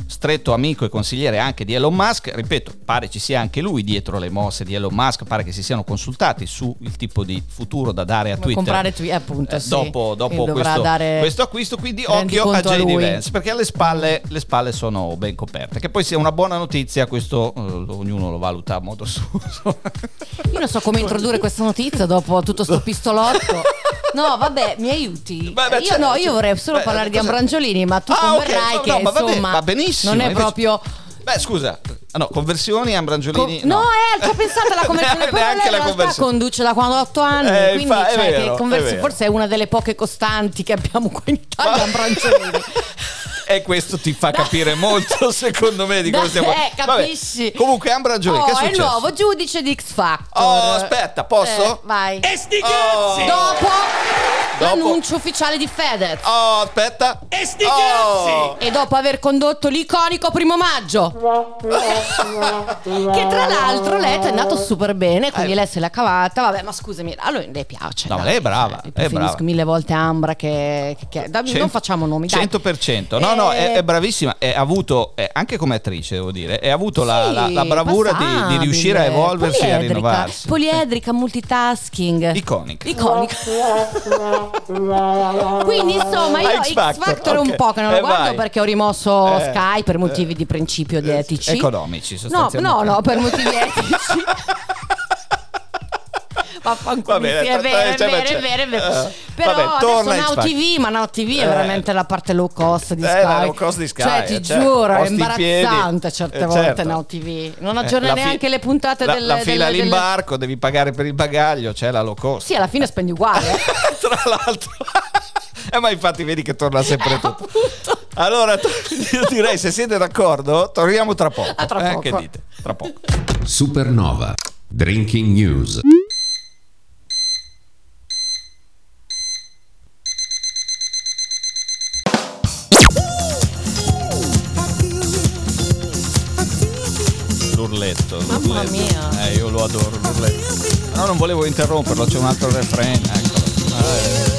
[SPEAKER 3] stretto amico e consigliere anche di Elon Musk. Ripeto, pare ci sia anche lui dietro le mosse di Elon Musk, pare che si siano consultati sul tipo di futuro da dare a
[SPEAKER 4] Come
[SPEAKER 3] Twitter
[SPEAKER 4] comprare Twitter, appunto,
[SPEAKER 3] eh,
[SPEAKER 4] sì.
[SPEAKER 3] dopo, dopo
[SPEAKER 4] Quindi dovrà
[SPEAKER 3] questo,
[SPEAKER 4] dare
[SPEAKER 3] questo acquisto, quindi occhio a
[SPEAKER 4] rendiconto a
[SPEAKER 3] J D
[SPEAKER 4] lui.
[SPEAKER 3] Vance, perché alle spalle le spalle sono ben coperte. Che poi sia una buona notizia, questo eh, ognuno lo valuta a modo suo.
[SPEAKER 4] Io non so come introdurre questa notizia dopo tutto sto pistolotto. No, vabbè, mi aiuti.
[SPEAKER 3] Beh, beh,
[SPEAKER 4] io
[SPEAKER 3] certo,
[SPEAKER 4] no,
[SPEAKER 3] certo.
[SPEAKER 4] io vorrei solo
[SPEAKER 3] Beh,
[SPEAKER 4] parlare di
[SPEAKER 3] cosa-
[SPEAKER 4] Ambrangiolini, ma tu
[SPEAKER 3] Ah, ok,
[SPEAKER 4] converrai
[SPEAKER 3] no,
[SPEAKER 4] che
[SPEAKER 3] no, ma va bene,
[SPEAKER 4] insomma
[SPEAKER 3] va benissimo,
[SPEAKER 4] non è
[SPEAKER 3] invece-
[SPEAKER 4] proprio
[SPEAKER 3] Beh, scusa, ah, no, conversioni Ambrangiolini.
[SPEAKER 4] Co- no, eh, ci ho pensato alla conversione,
[SPEAKER 3] Neanche
[SPEAKER 4] però lei
[SPEAKER 3] la
[SPEAKER 4] in realtà
[SPEAKER 3] conversione.
[SPEAKER 4] conduce da quando ho otto anni,
[SPEAKER 3] Eh,
[SPEAKER 4] quindi
[SPEAKER 3] infa- è
[SPEAKER 4] cioè,
[SPEAKER 3] vero,
[SPEAKER 4] che conversi-
[SPEAKER 3] è vero.
[SPEAKER 4] forse è una delle poche costanti che abbiamo qua in Italia, Ambrangiolini.
[SPEAKER 3] E questo ti fa capire molto, secondo me, di come
[SPEAKER 4] Dai,
[SPEAKER 3] stiamo.
[SPEAKER 4] eh, capisci.
[SPEAKER 3] Vabbè. Comunque,
[SPEAKER 4] Oh,
[SPEAKER 3] Ambrangiolini, che è
[SPEAKER 4] è il
[SPEAKER 3] successo?
[SPEAKER 4] nuovo giudice di X Factor.
[SPEAKER 3] Oh, aspetta, posso?
[SPEAKER 4] Eh, vai.
[SPEAKER 5] E sti
[SPEAKER 3] Oh.
[SPEAKER 5] cazzi!
[SPEAKER 4] Dopo,
[SPEAKER 3] Dopo-
[SPEAKER 4] l'annuncio ufficiale di Fedez.
[SPEAKER 3] Oh, aspetta.
[SPEAKER 5] E sti
[SPEAKER 3] Oh.
[SPEAKER 5] cazzi!
[SPEAKER 4] E dopo aver condotto l'iconico primo maggio, che tra l'altro lei è andato super bene, quindi
[SPEAKER 3] Eh.
[SPEAKER 4] lei se l'ha cavata. Vabbè, ma scusami, a lui le piace.
[SPEAKER 3] No,
[SPEAKER 4] dai.
[SPEAKER 3] lei è brava,
[SPEAKER 4] Cioè,
[SPEAKER 3] è
[SPEAKER 4] preferisco
[SPEAKER 3] brava.
[SPEAKER 4] mille volte Ambra che, che, che- dai,
[SPEAKER 3] Cent-
[SPEAKER 4] non facciamo nomi. Dai.
[SPEAKER 3] cento per cento. No, no, è,
[SPEAKER 4] Eh,
[SPEAKER 3] è bravissima. È avuto, è, anche come attrice, devo dire, ha avuto la,
[SPEAKER 4] sì,
[SPEAKER 3] la- la bravura di, di
[SPEAKER 4] passabile,
[SPEAKER 3] riuscire a evolversi e a
[SPEAKER 4] poliedrica,
[SPEAKER 3] rinnovarsi.
[SPEAKER 4] Poliedrica, multitasking.
[SPEAKER 3] Iconica.
[SPEAKER 4] Iconica. Quindi insomma io
[SPEAKER 3] Ah, X
[SPEAKER 4] X
[SPEAKER 3] Factor,
[SPEAKER 4] Factor
[SPEAKER 3] ok.
[SPEAKER 4] un po' che non lo
[SPEAKER 3] Eh,
[SPEAKER 4] guardo
[SPEAKER 3] vai.
[SPEAKER 4] perché ho rimosso
[SPEAKER 3] Eh,
[SPEAKER 4] Sky per motivi di principio di etici.
[SPEAKER 3] Economici,
[SPEAKER 4] No,
[SPEAKER 3] sostanzialmente.
[SPEAKER 4] no, no, per motivi etici. Vaffanculo,
[SPEAKER 3] Va bene,
[SPEAKER 4] sì, è vero, è
[SPEAKER 3] cioè,
[SPEAKER 4] vero,
[SPEAKER 3] cioè,
[SPEAKER 4] è vero, è vero.
[SPEAKER 3] eh,
[SPEAKER 4] Però
[SPEAKER 3] vabbè, torna
[SPEAKER 4] adesso
[SPEAKER 3] X
[SPEAKER 4] Now
[SPEAKER 3] Factor.
[SPEAKER 4] T V, ma Now T V è
[SPEAKER 3] Eh.
[SPEAKER 4] veramente la parte low cost di
[SPEAKER 3] Eh,
[SPEAKER 4] Sky.
[SPEAKER 3] la low cost di Sky,
[SPEAKER 4] Cioè, ti
[SPEAKER 3] eh, certo.
[SPEAKER 4] giuro, è
[SPEAKER 3] Posti in piedi.
[SPEAKER 4] imbarazzante certe
[SPEAKER 3] Eh,
[SPEAKER 4] volte
[SPEAKER 3] certo.
[SPEAKER 4] Now T V. Non
[SPEAKER 3] Eh,
[SPEAKER 4] aggiorna
[SPEAKER 3] la fi-
[SPEAKER 4] neanche le puntate
[SPEAKER 3] la,
[SPEAKER 4] del
[SPEAKER 3] la fila
[SPEAKER 4] del- del-
[SPEAKER 3] all'imbarco, devi pagare per il bagaglio, c'è la low cost.
[SPEAKER 4] Sì, alla fine spendi uguale. eh.
[SPEAKER 3] Tra l'altro. Eh, ma infatti vedi che torna sempre
[SPEAKER 4] Eh,
[SPEAKER 3] tutto.
[SPEAKER 4] appunto.
[SPEAKER 3] Allora, to- io direi, se siete d'accordo, torniamo tra poco.
[SPEAKER 4] Ah, tra
[SPEAKER 3] Eh,
[SPEAKER 4] poco.
[SPEAKER 3] Che dite? Tra poco.
[SPEAKER 2] Supernova. Drinking News.
[SPEAKER 3] L'urletto.
[SPEAKER 4] Mamma
[SPEAKER 3] l'urletto.
[SPEAKER 4] mia.
[SPEAKER 3] Eh, io lo adoro, l'urletto. No, non volevo interromperlo, c'è un altro refrain. Eccolo. Eh.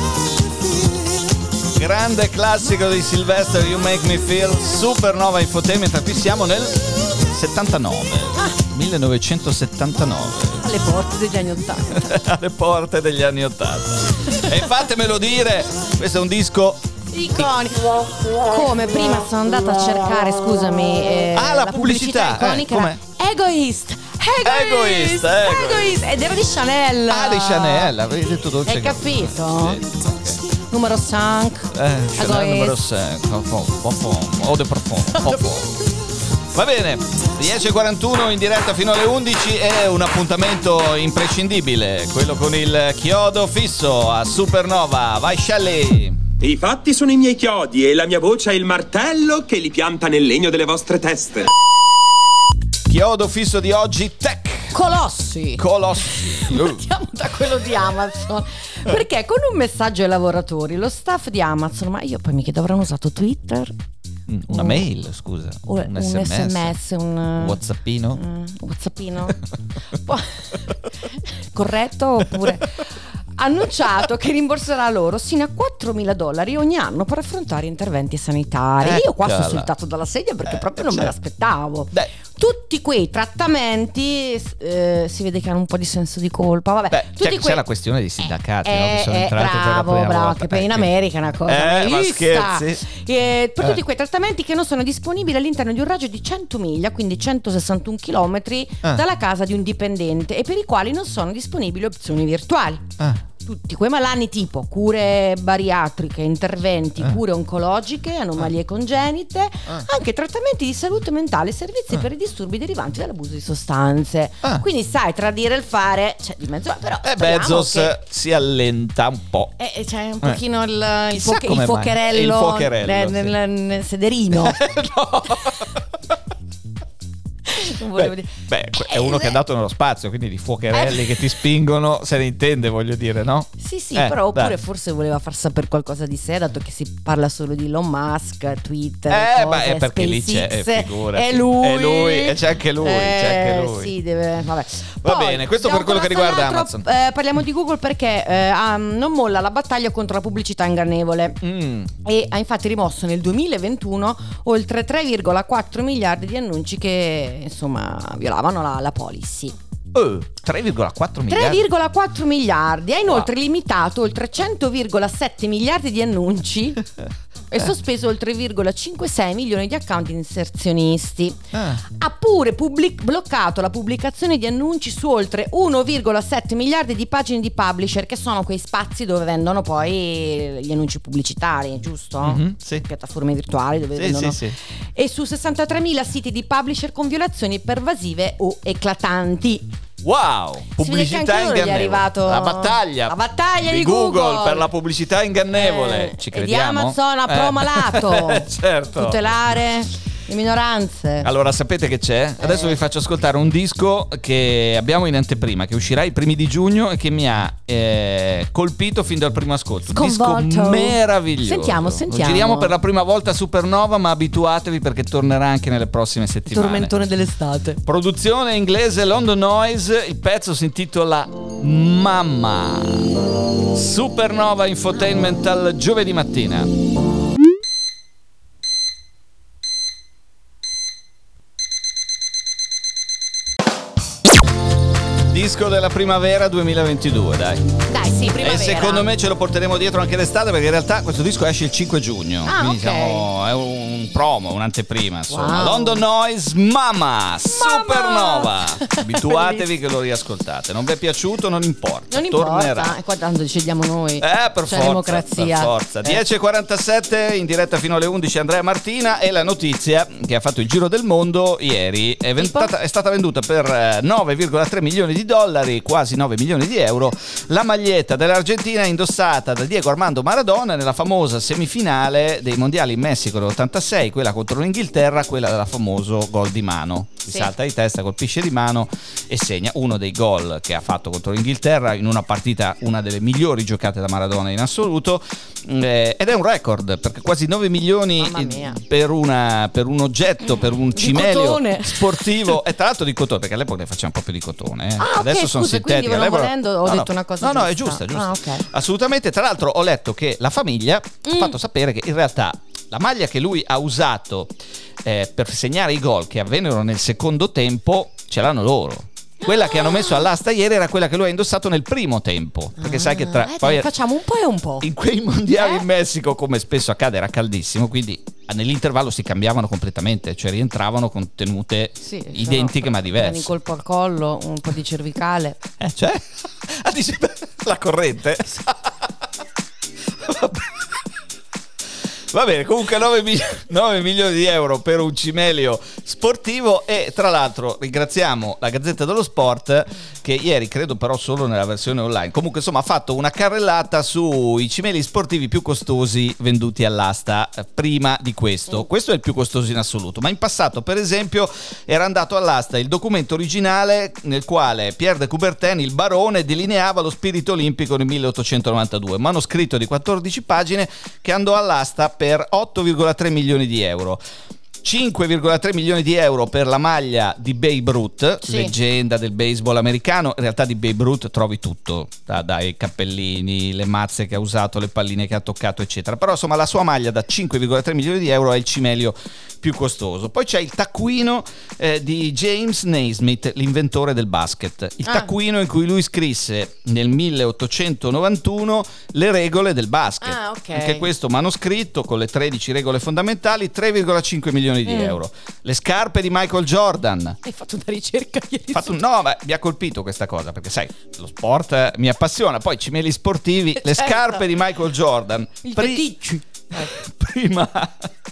[SPEAKER 3] Grande classico di Sylvester, You Make Me Feel, Supernova Infotainment. Qui siamo nel settantanove, millenovecentosettantanove.
[SPEAKER 4] Alle porte degli anni ottanta.
[SPEAKER 3] Alle porte degli anni ottanta. E fatemelo dire, questo è un disco.
[SPEAKER 4] Iconico. Come prima sono andata a cercare, scusami, eh,
[SPEAKER 3] Ah, la pubblicità, eh,
[SPEAKER 4] iconica
[SPEAKER 3] com'è?
[SPEAKER 4] era Egoist. Egoist,
[SPEAKER 3] Egoist, Egoist.
[SPEAKER 4] Egoist. Ed era di Chanel.
[SPEAKER 3] Ah, di Chanel, avevi detto dolce.
[SPEAKER 4] Hai
[SPEAKER 3] Gabbana.
[SPEAKER 4] capito?
[SPEAKER 3] Sì, ok.
[SPEAKER 4] Numero cinque.
[SPEAKER 3] Eh, Chanel numero
[SPEAKER 4] Egoist.
[SPEAKER 3] sei. Eau de parfum. Parfum. Va bene, dieci e quarantuno in diretta fino alle undici è un appuntamento imprescindibile, quello con il chiodo fisso a Supernova. Vai Shelley!
[SPEAKER 5] I fatti sono i miei chiodi e la mia voce è il martello che li pianta nel legno delle vostre teste.
[SPEAKER 3] Chiodo fisso di oggi, tech,
[SPEAKER 4] Colossi.
[SPEAKER 3] colossi. Uh.
[SPEAKER 4] Partiamo da quello di Amazon. Perché con un messaggio ai lavoratori, lo staff di Amazon, ma io poi mi chiedo, avranno usato Twitter?
[SPEAKER 3] Una mail, scusa.
[SPEAKER 4] O un,
[SPEAKER 3] Un sms.
[SPEAKER 4] sms, un
[SPEAKER 3] Whatsappino?
[SPEAKER 4] un Whatsappino? Poi- corretto oppure annunciato che rimborserà loro sino a quattromila dollari ogni anno per affrontare interventi sanitari. Io qua sono
[SPEAKER 3] Eccola.
[SPEAKER 4] saltato dalla sedia perché
[SPEAKER 3] Eh,
[SPEAKER 4] proprio non me
[SPEAKER 3] certo.
[SPEAKER 4] l'aspettavo.
[SPEAKER 3] Dai.
[SPEAKER 4] Tutti quei trattamenti eh, si vede che hanno un po' di senso di colpa. Vabbè,
[SPEAKER 3] Beh,
[SPEAKER 4] tutti
[SPEAKER 3] c'è, c'è la questione dei sindacati, no,
[SPEAKER 4] eh,
[SPEAKER 3] che sono
[SPEAKER 4] eh,
[SPEAKER 3] entrati per la
[SPEAKER 4] bravo,
[SPEAKER 3] prima
[SPEAKER 4] bravo,
[SPEAKER 3] volta.
[SPEAKER 4] che poi in
[SPEAKER 3] Eh,
[SPEAKER 4] America è una cosa
[SPEAKER 3] Eh, ma
[SPEAKER 4] vista.
[SPEAKER 3] scherzi?
[SPEAKER 4] Eh, per
[SPEAKER 3] Eh.
[SPEAKER 4] tutti quei trattamenti che non sono disponibili all'interno di un raggio di cento miglia, quindi centosessantuno chilometri
[SPEAKER 3] Ah.
[SPEAKER 4] dalla casa di un dipendente, e per i quali non sono disponibili opzioni virtuali.
[SPEAKER 3] Ah.
[SPEAKER 4] Tutti quei malanni tipo cure bariatriche, interventi,
[SPEAKER 3] Ah.
[SPEAKER 4] cure oncologiche, anomalie congenite,
[SPEAKER 3] Ah.
[SPEAKER 4] anche trattamenti di salute mentale, servizi per i disturbi derivanti dall'abuso di sostanze.
[SPEAKER 3] Ah.
[SPEAKER 4] Quindi sai, tra dire e il fare c'è di mezzo, però
[SPEAKER 3] E
[SPEAKER 4] speriamo
[SPEAKER 3] Bezos
[SPEAKER 4] che-
[SPEAKER 3] si allenta un po'.
[SPEAKER 4] eh, eh, c'è un pochino il, il,
[SPEAKER 3] Chissà
[SPEAKER 4] fuoche- il
[SPEAKER 3] come mai.
[SPEAKER 4] fuocherello,
[SPEAKER 3] Il fuocherello,
[SPEAKER 4] nel,
[SPEAKER 3] sì.
[SPEAKER 4] nel- nel sederino.
[SPEAKER 3] No.
[SPEAKER 4] Non volevo
[SPEAKER 3] beh,
[SPEAKER 4] dire.
[SPEAKER 3] beh, è uno che è andato nello spazio, quindi di fuocherelli
[SPEAKER 4] Eh.
[SPEAKER 3] che ti spingono, se ne intende, voglio dire, no?
[SPEAKER 4] Sì, sì,
[SPEAKER 3] Eh,
[SPEAKER 4] però oppure
[SPEAKER 3] dai.
[SPEAKER 4] forse voleva far sapere qualcosa di sé, dato che si parla solo di Elon Musk, Twitter,
[SPEAKER 3] Eh,
[SPEAKER 4] cose,
[SPEAKER 3] beh, è perché lì c'è,
[SPEAKER 4] SpaceX,
[SPEAKER 3] eh, figurati.
[SPEAKER 4] è lui.
[SPEAKER 3] È lui, e c'è anche lui, c'è anche
[SPEAKER 4] Eh,
[SPEAKER 3] lui.
[SPEAKER 4] Sì, deve, vabbè.
[SPEAKER 3] Va
[SPEAKER 4] Poi,
[SPEAKER 3] bene, questo per quello che
[SPEAKER 4] andiamo con
[SPEAKER 3] riguarda
[SPEAKER 4] l'altro,
[SPEAKER 3] Amazon.
[SPEAKER 4] eh, parliamo di Google perché eh, um, non molla la battaglia contro la pubblicità ingannevole.
[SPEAKER 3] Mm.
[SPEAKER 4] E ha infatti rimosso nel duemilaventuno oltre tre virgola quattro miliardi di annunci che insomma violavano la, la policy.
[SPEAKER 3] Oh, tre virgola quattro miliardi.
[SPEAKER 4] tre virgola quattro miliardi. Ha inoltre limitato oltre cento virgola sette miliardi di annunci e sospeso oltre tre virgola cinquantasei milioni di account inserzionisti.
[SPEAKER 3] Ah.
[SPEAKER 4] Ha pure pubblic- bloccato la pubblicazione di annunci su oltre uno virgola sette miliardi di pagine di publisher, che sono quei spazi dove vendono poi gli annunci pubblicitari, giusto?
[SPEAKER 3] Mhm, sì.
[SPEAKER 4] Piattaforme virtuali dove
[SPEAKER 3] Sì,
[SPEAKER 4] vendono.
[SPEAKER 3] sì, sì.
[SPEAKER 4] E su sessantatremila siti di publisher con violazioni pervasive o eclatanti.
[SPEAKER 3] Wow,
[SPEAKER 4] Si vede che
[SPEAKER 3] pubblicità
[SPEAKER 4] anche a loro gli è
[SPEAKER 3] ingannevole.
[SPEAKER 4] arrivato
[SPEAKER 3] La battaglia.
[SPEAKER 4] la battaglia di
[SPEAKER 3] Google,
[SPEAKER 4] Google
[SPEAKER 3] per la pubblicità ingannevole.
[SPEAKER 4] Eh,
[SPEAKER 3] Ci
[SPEAKER 4] e di
[SPEAKER 3] crediamo?
[SPEAKER 4] Amazon a pro malato.
[SPEAKER 3] Certo.
[SPEAKER 4] Tutelare le minoranze.
[SPEAKER 3] Allora, sapete che c'è? Adesso
[SPEAKER 4] Eh.
[SPEAKER 3] vi faccio ascoltare un disco che abbiamo in anteprima, che uscirà i primi di giugno e che mi ha eh, colpito fin dal primo ascolto. Un disco
[SPEAKER 4] Sconvolto.
[SPEAKER 3] meraviglioso.
[SPEAKER 4] Sentiamo, sentiamo.
[SPEAKER 3] Lo giriamo per la prima volta a Supernova, ma abituatevi perché tornerà anche nelle prossime settimane.
[SPEAKER 4] Tormentone dell'estate.
[SPEAKER 3] Produzione inglese London Noise, il pezzo si intitola Mamma. Supernova Infotainment al giovedì mattina. Disco della primavera duemilaventidue, dai.
[SPEAKER 4] Dai, sì, primavera.
[SPEAKER 3] E secondo me ce lo porteremo dietro anche d'estate, perché in realtà questo disco esce il cinque giugno.
[SPEAKER 4] Ah,
[SPEAKER 3] quindi
[SPEAKER 4] ok.
[SPEAKER 3] siamo, è un promo, un'anteprima, insomma.
[SPEAKER 4] Wow.
[SPEAKER 3] London Noise, Mama, Supernova. Abituatevi
[SPEAKER 4] Bellissimo.
[SPEAKER 3] che lo riascoltate. Non vi è piaciuto, non importa.
[SPEAKER 4] Non
[SPEAKER 3] tornerà.
[SPEAKER 4] importa, e qua tanto decidiamo noi.
[SPEAKER 3] Eh, per
[SPEAKER 4] C'è
[SPEAKER 3] forza,
[SPEAKER 4] democrazia.
[SPEAKER 3] per forza.
[SPEAKER 4] Eh.
[SPEAKER 3] dieci e quarantasette in diretta fino alle undici Andrea Martina, e la notizia che ha fatto il giro del mondo ieri è, ventata- è stata venduta per eh, nove virgola tre milioni di dollari, quasi nove milioni di euro, la maglietta dell'Argentina indossata da Diego Armando Maradona nella famosa semifinale dei mondiali in Messico nell'ottantasei, quella contro l'Inghilterra, quella del famoso gol di mano. Si
[SPEAKER 4] Sì.
[SPEAKER 3] salta di testa, colpisce di mano e segna uno dei gol che ha fatto contro l'Inghilterra in una partita, una delle migliori giocate da Maradona in assoluto, eh, ed è un record perché quasi nove milioni
[SPEAKER 4] Mamma mia.
[SPEAKER 3] per, una, per un oggetto, per un
[SPEAKER 4] Di
[SPEAKER 3] cimelio
[SPEAKER 4] cotone.
[SPEAKER 3] sportivo, e tra l'altro di cotone, perché all'epoca ne facciamo proprio di cotone, eh.
[SPEAKER 4] Ah, ok,
[SPEAKER 3] Adesso sono
[SPEAKER 4] scusa, quindi
[SPEAKER 3] sintetiche.
[SPEAKER 4] non
[SPEAKER 3] all'epoca-
[SPEAKER 4] volendo ho
[SPEAKER 3] no,
[SPEAKER 4] detto
[SPEAKER 3] no.
[SPEAKER 4] una cosa
[SPEAKER 3] no no è
[SPEAKER 4] giusta.
[SPEAKER 3] giusta, giusta.
[SPEAKER 4] Ah, ok.
[SPEAKER 3] Assolutamente. Tra l'altro ho letto che la famiglia ha
[SPEAKER 4] Mm.
[SPEAKER 3] fatto sapere che in realtà la maglia che lui ha usato eh, per segnare i gol che avvennero nel secondo tempo ce l'hanno loro. Quella che hanno messo all'asta ieri era quella che lui ha indossato nel primo tempo, perché sai che tra
[SPEAKER 4] Eh,
[SPEAKER 3] poi
[SPEAKER 4] dai, facciamo un po' e un po'.
[SPEAKER 3] in quei mondiali
[SPEAKER 4] Eh?
[SPEAKER 3] in Messico, come spesso accade, era caldissimo, quindi nell'intervallo si cambiavano completamente, cioè rientravano con tenute
[SPEAKER 4] Sì,
[SPEAKER 3] identiche
[SPEAKER 4] però
[SPEAKER 3] ma
[SPEAKER 4] prendi
[SPEAKER 3] diverse.
[SPEAKER 4] un colpo al collo, un po' di cervicale.
[SPEAKER 3] Eh, cioè? Ah, dici, la corrente? Va bene, comunque nove milioni di euro per un cimelio sportivo. E tra l'altro ringraziamo la Gazzetta dello Sport, che ieri, credo però solo nella versione online, comunque insomma ha fatto una carrellata sui cimeli sportivi più costosi venduti all'asta eh, prima di questo. Questo è il più costoso in assoluto, ma in passato per esempio era andato all'asta il documento originale nel quale Pierre de Coubertin, il barone, delineava lo spirito olimpico nel milleottocentonovantadue, manoscritto di quattordici pagine che andò all'asta per otto virgola tre milioni di euro. cinque virgola tre milioni di euro per la maglia di Babe Ruth,
[SPEAKER 4] Sì.
[SPEAKER 3] leggenda del baseball americano. In realtà di Babe Ruth trovi tutto, da- dai cappellini, le mazze che ha usato, le palline che ha toccato, eccetera. Però insomma la sua maglia da cinque virgola tre milioni di euro è il cimelio più costoso. Poi c'è il taccuino eh, di James Naismith, l'inventore del basket. Il
[SPEAKER 4] Ah.
[SPEAKER 3] taccuino in cui lui scrisse nel milleottocentonovantuno le regole del basket.
[SPEAKER 4] Ah, ok.
[SPEAKER 3] Anche questo manoscritto con le tredici regole fondamentali, tre virgola cinque milioni di
[SPEAKER 4] Mm.
[SPEAKER 3] euro. Le scarpe di Michael Jordan.
[SPEAKER 4] Hai fatto una ricerca ieri.
[SPEAKER 3] Fatto un- no, ma mi ha colpito questa cosa perché sai, lo sport eh, mi appassiona. Poi cimeli sportivi, le
[SPEAKER 4] Certo.
[SPEAKER 3] scarpe di Michael Jordan.
[SPEAKER 4] Il
[SPEAKER 3] Pri-
[SPEAKER 4] feticci.
[SPEAKER 3] prima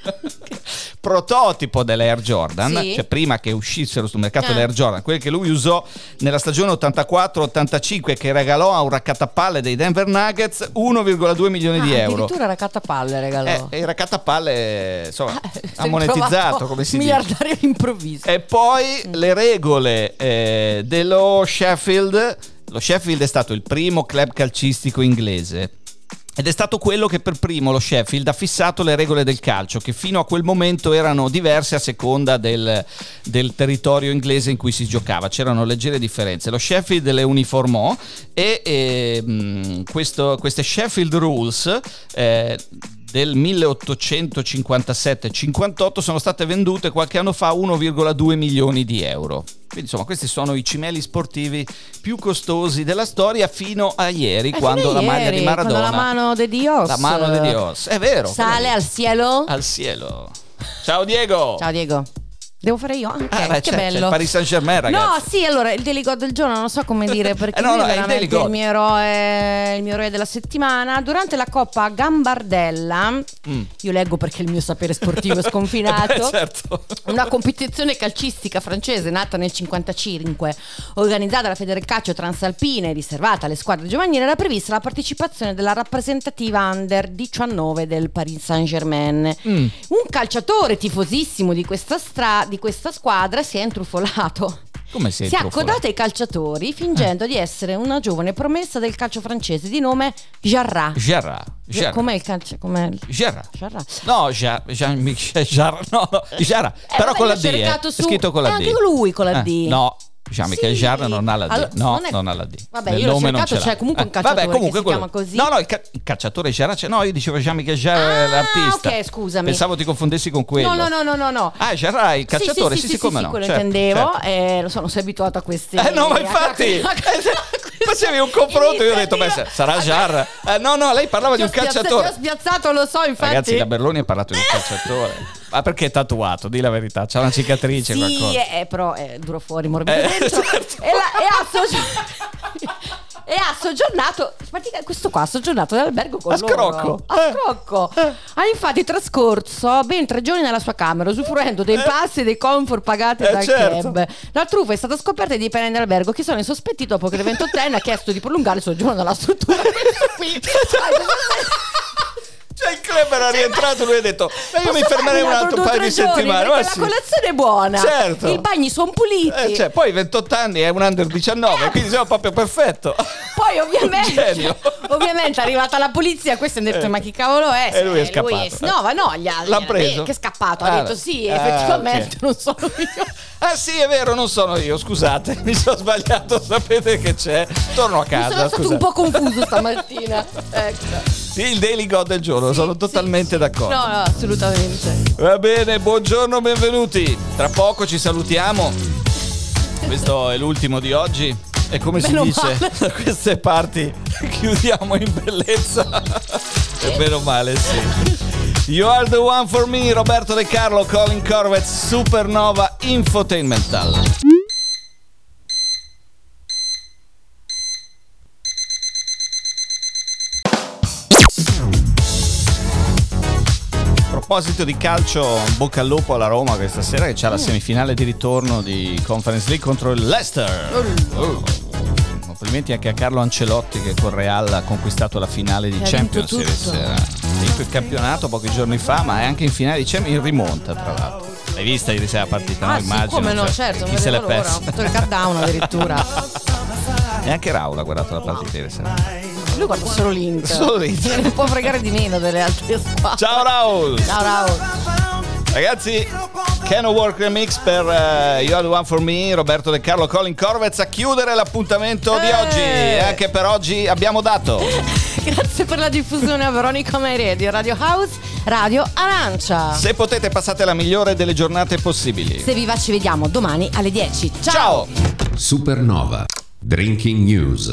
[SPEAKER 3] prototipo dell'Air Jordan,
[SPEAKER 4] Sì.
[SPEAKER 3] cioè prima che uscissero sul mercato
[SPEAKER 4] Ah.
[SPEAKER 3] l'Air Jordan, quelli che lui usò nella stagione ottantaquattro ottantacinque, che regalò a un raccattapalle dei Denver Nuggets uno virgola due milioni di
[SPEAKER 4] Ah,
[SPEAKER 3] euro.
[SPEAKER 4] addirittura raccattapalle regalò.
[SPEAKER 3] Eh, e il raccattapalle insomma
[SPEAKER 4] Sei
[SPEAKER 3] ha monetizzato,
[SPEAKER 4] trovato
[SPEAKER 3] come si dice.
[SPEAKER 4] miliardario all'improvviso.
[SPEAKER 3] E poi le regole eh, dello Sheffield. Lo Sheffield è stato il primo club calcistico inglese ed è stato quello che per primo, lo Sheffield, ha fissato le regole del calcio, che fino a quel momento erano diverse a seconda del, del territorio inglese in cui si giocava. C'erano leggere differenze. Lo Sheffield le uniformò e, e mh, questo, queste Sheffield Rules eh, del milleottocentocinquantasette cinquantotto sono state vendute qualche anno fa a uno virgola due milioni di euro. Quindi insomma questi sono i cimeli sportivi più costosi della storia fino a ieri,
[SPEAKER 4] Eh,
[SPEAKER 3] quando
[SPEAKER 4] fino a
[SPEAKER 3] la maglia
[SPEAKER 4] ieri,
[SPEAKER 3] di Maradona,
[SPEAKER 4] quando la mano de Dios,
[SPEAKER 3] la mano de Dios, è vero,
[SPEAKER 4] sale al cielo.
[SPEAKER 3] al cielo. Ciao Diego.
[SPEAKER 4] Ciao Diego. Devo fare io anche?
[SPEAKER 3] Ah, beh,
[SPEAKER 4] che
[SPEAKER 3] c'è, c'è
[SPEAKER 4] bello.
[SPEAKER 3] il Paris Saint-Germain, ragazzi.
[SPEAKER 4] No, sì, allora il Daily God del giorno non so come dire, perché
[SPEAKER 3] Eh, no,
[SPEAKER 4] lui
[SPEAKER 3] no,
[SPEAKER 4] è
[SPEAKER 3] è il
[SPEAKER 4] veramente
[SPEAKER 3] Daily God.
[SPEAKER 4] il, mio eroe, il mio eroe della settimana. Durante la Coppa Gambardella,
[SPEAKER 3] Mm.
[SPEAKER 4] io leggo perché il mio sapere sportivo è sconfinato.
[SPEAKER 3] Beh, certo.
[SPEAKER 4] Una competizione calcistica francese nata nel cinquantacinque, organizzata dalla Federcalcio Transalpina e riservata alle squadre giovanili, era prevista la partecipazione della rappresentativa under diciannove del Paris Saint-Germain.
[SPEAKER 3] Mm.
[SPEAKER 4] Un calciatore tifosissimo di questa, stra- di questa squadra si è intrufolato.
[SPEAKER 3] Come si è
[SPEAKER 4] Si è
[SPEAKER 3] intrufolato?
[SPEAKER 4] accodato ai calciatori fingendo di essere una giovane promessa del calcio francese di nome Jarrat.
[SPEAKER 3] Gerrard. Gerrard.
[SPEAKER 4] Com'è il calcio? Com'è il...
[SPEAKER 3] Gerrard.
[SPEAKER 4] Jarrat.
[SPEAKER 3] No, Jean- Jean-Michel Jarre, no, no, Jarre,
[SPEAKER 4] Eh,
[SPEAKER 3] però
[SPEAKER 4] vabbè,
[SPEAKER 3] con
[SPEAKER 4] l'ho
[SPEAKER 3] la D, eh.
[SPEAKER 4] cercato
[SPEAKER 3] È
[SPEAKER 4] su-
[SPEAKER 3] scritto con la
[SPEAKER 4] è
[SPEAKER 3] D.
[SPEAKER 4] anche lui con la
[SPEAKER 3] Eh,
[SPEAKER 4] D.
[SPEAKER 3] no, Jean-Michel
[SPEAKER 4] Sì.
[SPEAKER 3] Jarre non ha la D.
[SPEAKER 4] Allora,
[SPEAKER 3] no,
[SPEAKER 4] non è-
[SPEAKER 3] non ha la D.
[SPEAKER 4] Vabbè,
[SPEAKER 3] Nel
[SPEAKER 4] io l'ho
[SPEAKER 3] nome non
[SPEAKER 4] cercato,
[SPEAKER 3] ce l'ha.
[SPEAKER 4] c'è comunque un
[SPEAKER 3] Eh,
[SPEAKER 4] calciatore
[SPEAKER 3] vabbè, comunque
[SPEAKER 4] che si
[SPEAKER 3] quello-
[SPEAKER 4] chiama così.
[SPEAKER 3] No, no, il, ca- il calciatore Jarre, c'è- no, io dicevo Jean-Michel Jarre,
[SPEAKER 4] Ah,
[SPEAKER 3] l'artista.
[SPEAKER 4] ok, scusami.
[SPEAKER 3] Pensavo ti confondessi con quello.
[SPEAKER 4] No, no, no, no, no, no.
[SPEAKER 3] Ah, Jarre, il calciatore, sì,
[SPEAKER 4] sì,
[SPEAKER 3] sì,
[SPEAKER 4] sì,
[SPEAKER 3] come
[SPEAKER 4] sì,
[SPEAKER 3] no.
[SPEAKER 4] quello
[SPEAKER 3] certo,
[SPEAKER 4] intendevo,
[SPEAKER 3] certo.
[SPEAKER 4] eh, lo so, non sei abituato a questi.
[SPEAKER 3] Eh no, ma infatti facevi un confronto, io ho detto, beh, sarà Jarre. Eh, no, no, lei parlava di un
[SPEAKER 4] Ti ho
[SPEAKER 3] calciatore.
[SPEAKER 4] spiazzato, lo so, infatti.
[SPEAKER 3] Ragazzi, la Berloni ha parlato di un calciatore. Ma perché è tatuato? Di la verità, c'ha una cicatrice,
[SPEAKER 4] Sì,
[SPEAKER 3] qualcosa.
[SPEAKER 4] eh, però è duro fuori, morbido
[SPEAKER 3] Eh,
[SPEAKER 4] dentro.
[SPEAKER 3] certo.
[SPEAKER 4] E, la- e ha soggiornato. E ha soggiornato, praticamente questo qua ha soggiornato nell'albergo con
[SPEAKER 3] A
[SPEAKER 4] loro.
[SPEAKER 3] scrocco.
[SPEAKER 4] A scrocco. Ha infatti trascorso ben tre giorni nella sua camera, usufruendo dei passi e dei comfort pagati
[SPEAKER 3] Eh,
[SPEAKER 4] dal
[SPEAKER 3] certo.
[SPEAKER 4] club. La truffa è stata scoperta dai dipendenti dell'albergo, che sono insospettiti dopo che il ventottenne ha chiesto di prolungare il soggiorno nella struttura. Questo qui.
[SPEAKER 3] Cioè il club era rientrato, lui ha detto ma io mi
[SPEAKER 4] Posso
[SPEAKER 3] fermerei un
[SPEAKER 4] farmi
[SPEAKER 3] altro
[SPEAKER 4] due o
[SPEAKER 3] paio
[SPEAKER 4] tre
[SPEAKER 3] di
[SPEAKER 4] giorni,
[SPEAKER 3] settimane.
[SPEAKER 4] perché
[SPEAKER 3] Ma
[SPEAKER 4] la
[SPEAKER 3] sì.
[SPEAKER 4] colazione è buona,
[SPEAKER 3] Certo.
[SPEAKER 4] i bagni sono puliti.
[SPEAKER 3] Eh, cioè, poi ventotto anni è un under diciannove, quindi siamo proprio perfetto.
[SPEAKER 4] Poi ovviamente,
[SPEAKER 3] Genio.
[SPEAKER 4] ovviamente è arrivata la polizia, questo hanno detto
[SPEAKER 3] Eh.
[SPEAKER 4] ma chi cavolo è?
[SPEAKER 3] E lui è
[SPEAKER 4] Se
[SPEAKER 3] scappato.
[SPEAKER 4] no, ma no, gli altri
[SPEAKER 3] L'ha preso?
[SPEAKER 4] eh, che è scappato,
[SPEAKER 3] Ah,
[SPEAKER 4] ha detto sì,
[SPEAKER 3] ah,
[SPEAKER 4] effettivamente
[SPEAKER 3] ok.
[SPEAKER 4] non sono io.
[SPEAKER 3] Ah sì, è vero, non sono io, scusate, mi sono sbagliato, sapete che c'è. Torno a
[SPEAKER 4] Mi
[SPEAKER 3] casa,
[SPEAKER 4] sono stato
[SPEAKER 3] scusate.
[SPEAKER 4] un po' confuso stamattina. Ecco.
[SPEAKER 3] Sì, il Daily God del giorno, sono
[SPEAKER 4] Sì,
[SPEAKER 3] totalmente
[SPEAKER 4] sì.
[SPEAKER 3] d'accordo.
[SPEAKER 4] No, no, assolutamente.
[SPEAKER 3] Va bene, buongiorno, benvenuti. Tra poco ci salutiamo. Questo è l'ultimo di oggi. E come
[SPEAKER 4] Meno
[SPEAKER 3] si dice
[SPEAKER 4] male.
[SPEAKER 3] da queste parti, chiudiamo in bellezza. E meno male, sì. You are the one for me, Roberto De Carlo, Colin Corvette, Supernova Infotainmental. A proposito di calcio, bocca al lupo alla Roma questa sera che c'ha la semifinale di ritorno di Conference League contro il Leicester. Oh. Complimenti anche a Carlo Ancelotti che con Real ha conquistato la finale di
[SPEAKER 4] Ha
[SPEAKER 3] Champions
[SPEAKER 4] vinto
[SPEAKER 3] League.
[SPEAKER 4] tutto.
[SPEAKER 3] Ha vinto il campionato pochi giorni fa, ma è anche in finale di Champions in rimonta, tra l'altro. L'hai vista ieri sera la partita,
[SPEAKER 4] Ah
[SPEAKER 3] no?
[SPEAKER 4] sì,
[SPEAKER 3] Immagino.
[SPEAKER 4] come no,
[SPEAKER 3] cioè,
[SPEAKER 4] certo,
[SPEAKER 3] chi se l'è
[SPEAKER 4] vedevo l'ora. Ho
[SPEAKER 3] persa?
[SPEAKER 4] fatto il countdown addirittura.
[SPEAKER 3] E anche Raul ha guardato la partita ieri sera.
[SPEAKER 4] Lui guarda solo l'Inter.
[SPEAKER 3] Solo l'Inter.
[SPEAKER 4] Se ne può fregare di meno delle altre squadre.
[SPEAKER 3] Ciao Raul!
[SPEAKER 4] Ciao Raul.
[SPEAKER 3] Ragazzi, Keno Work Remix per uh, You Are The One For Me, Roberto De Carlo, Colin Corvette a chiudere l'appuntamento di
[SPEAKER 4] Eh.
[SPEAKER 3] oggi. E anche per oggi abbiamo dato.
[SPEAKER 4] Grazie per la diffusione a Veronica Maire di Radio House, Radio Arancia.
[SPEAKER 3] Se potete passate la migliore delle giornate possibili.
[SPEAKER 4] Se vi va ci vediamo domani alle dieci. Ciao!
[SPEAKER 3] Ciao!
[SPEAKER 2] Supernova. Drinking News.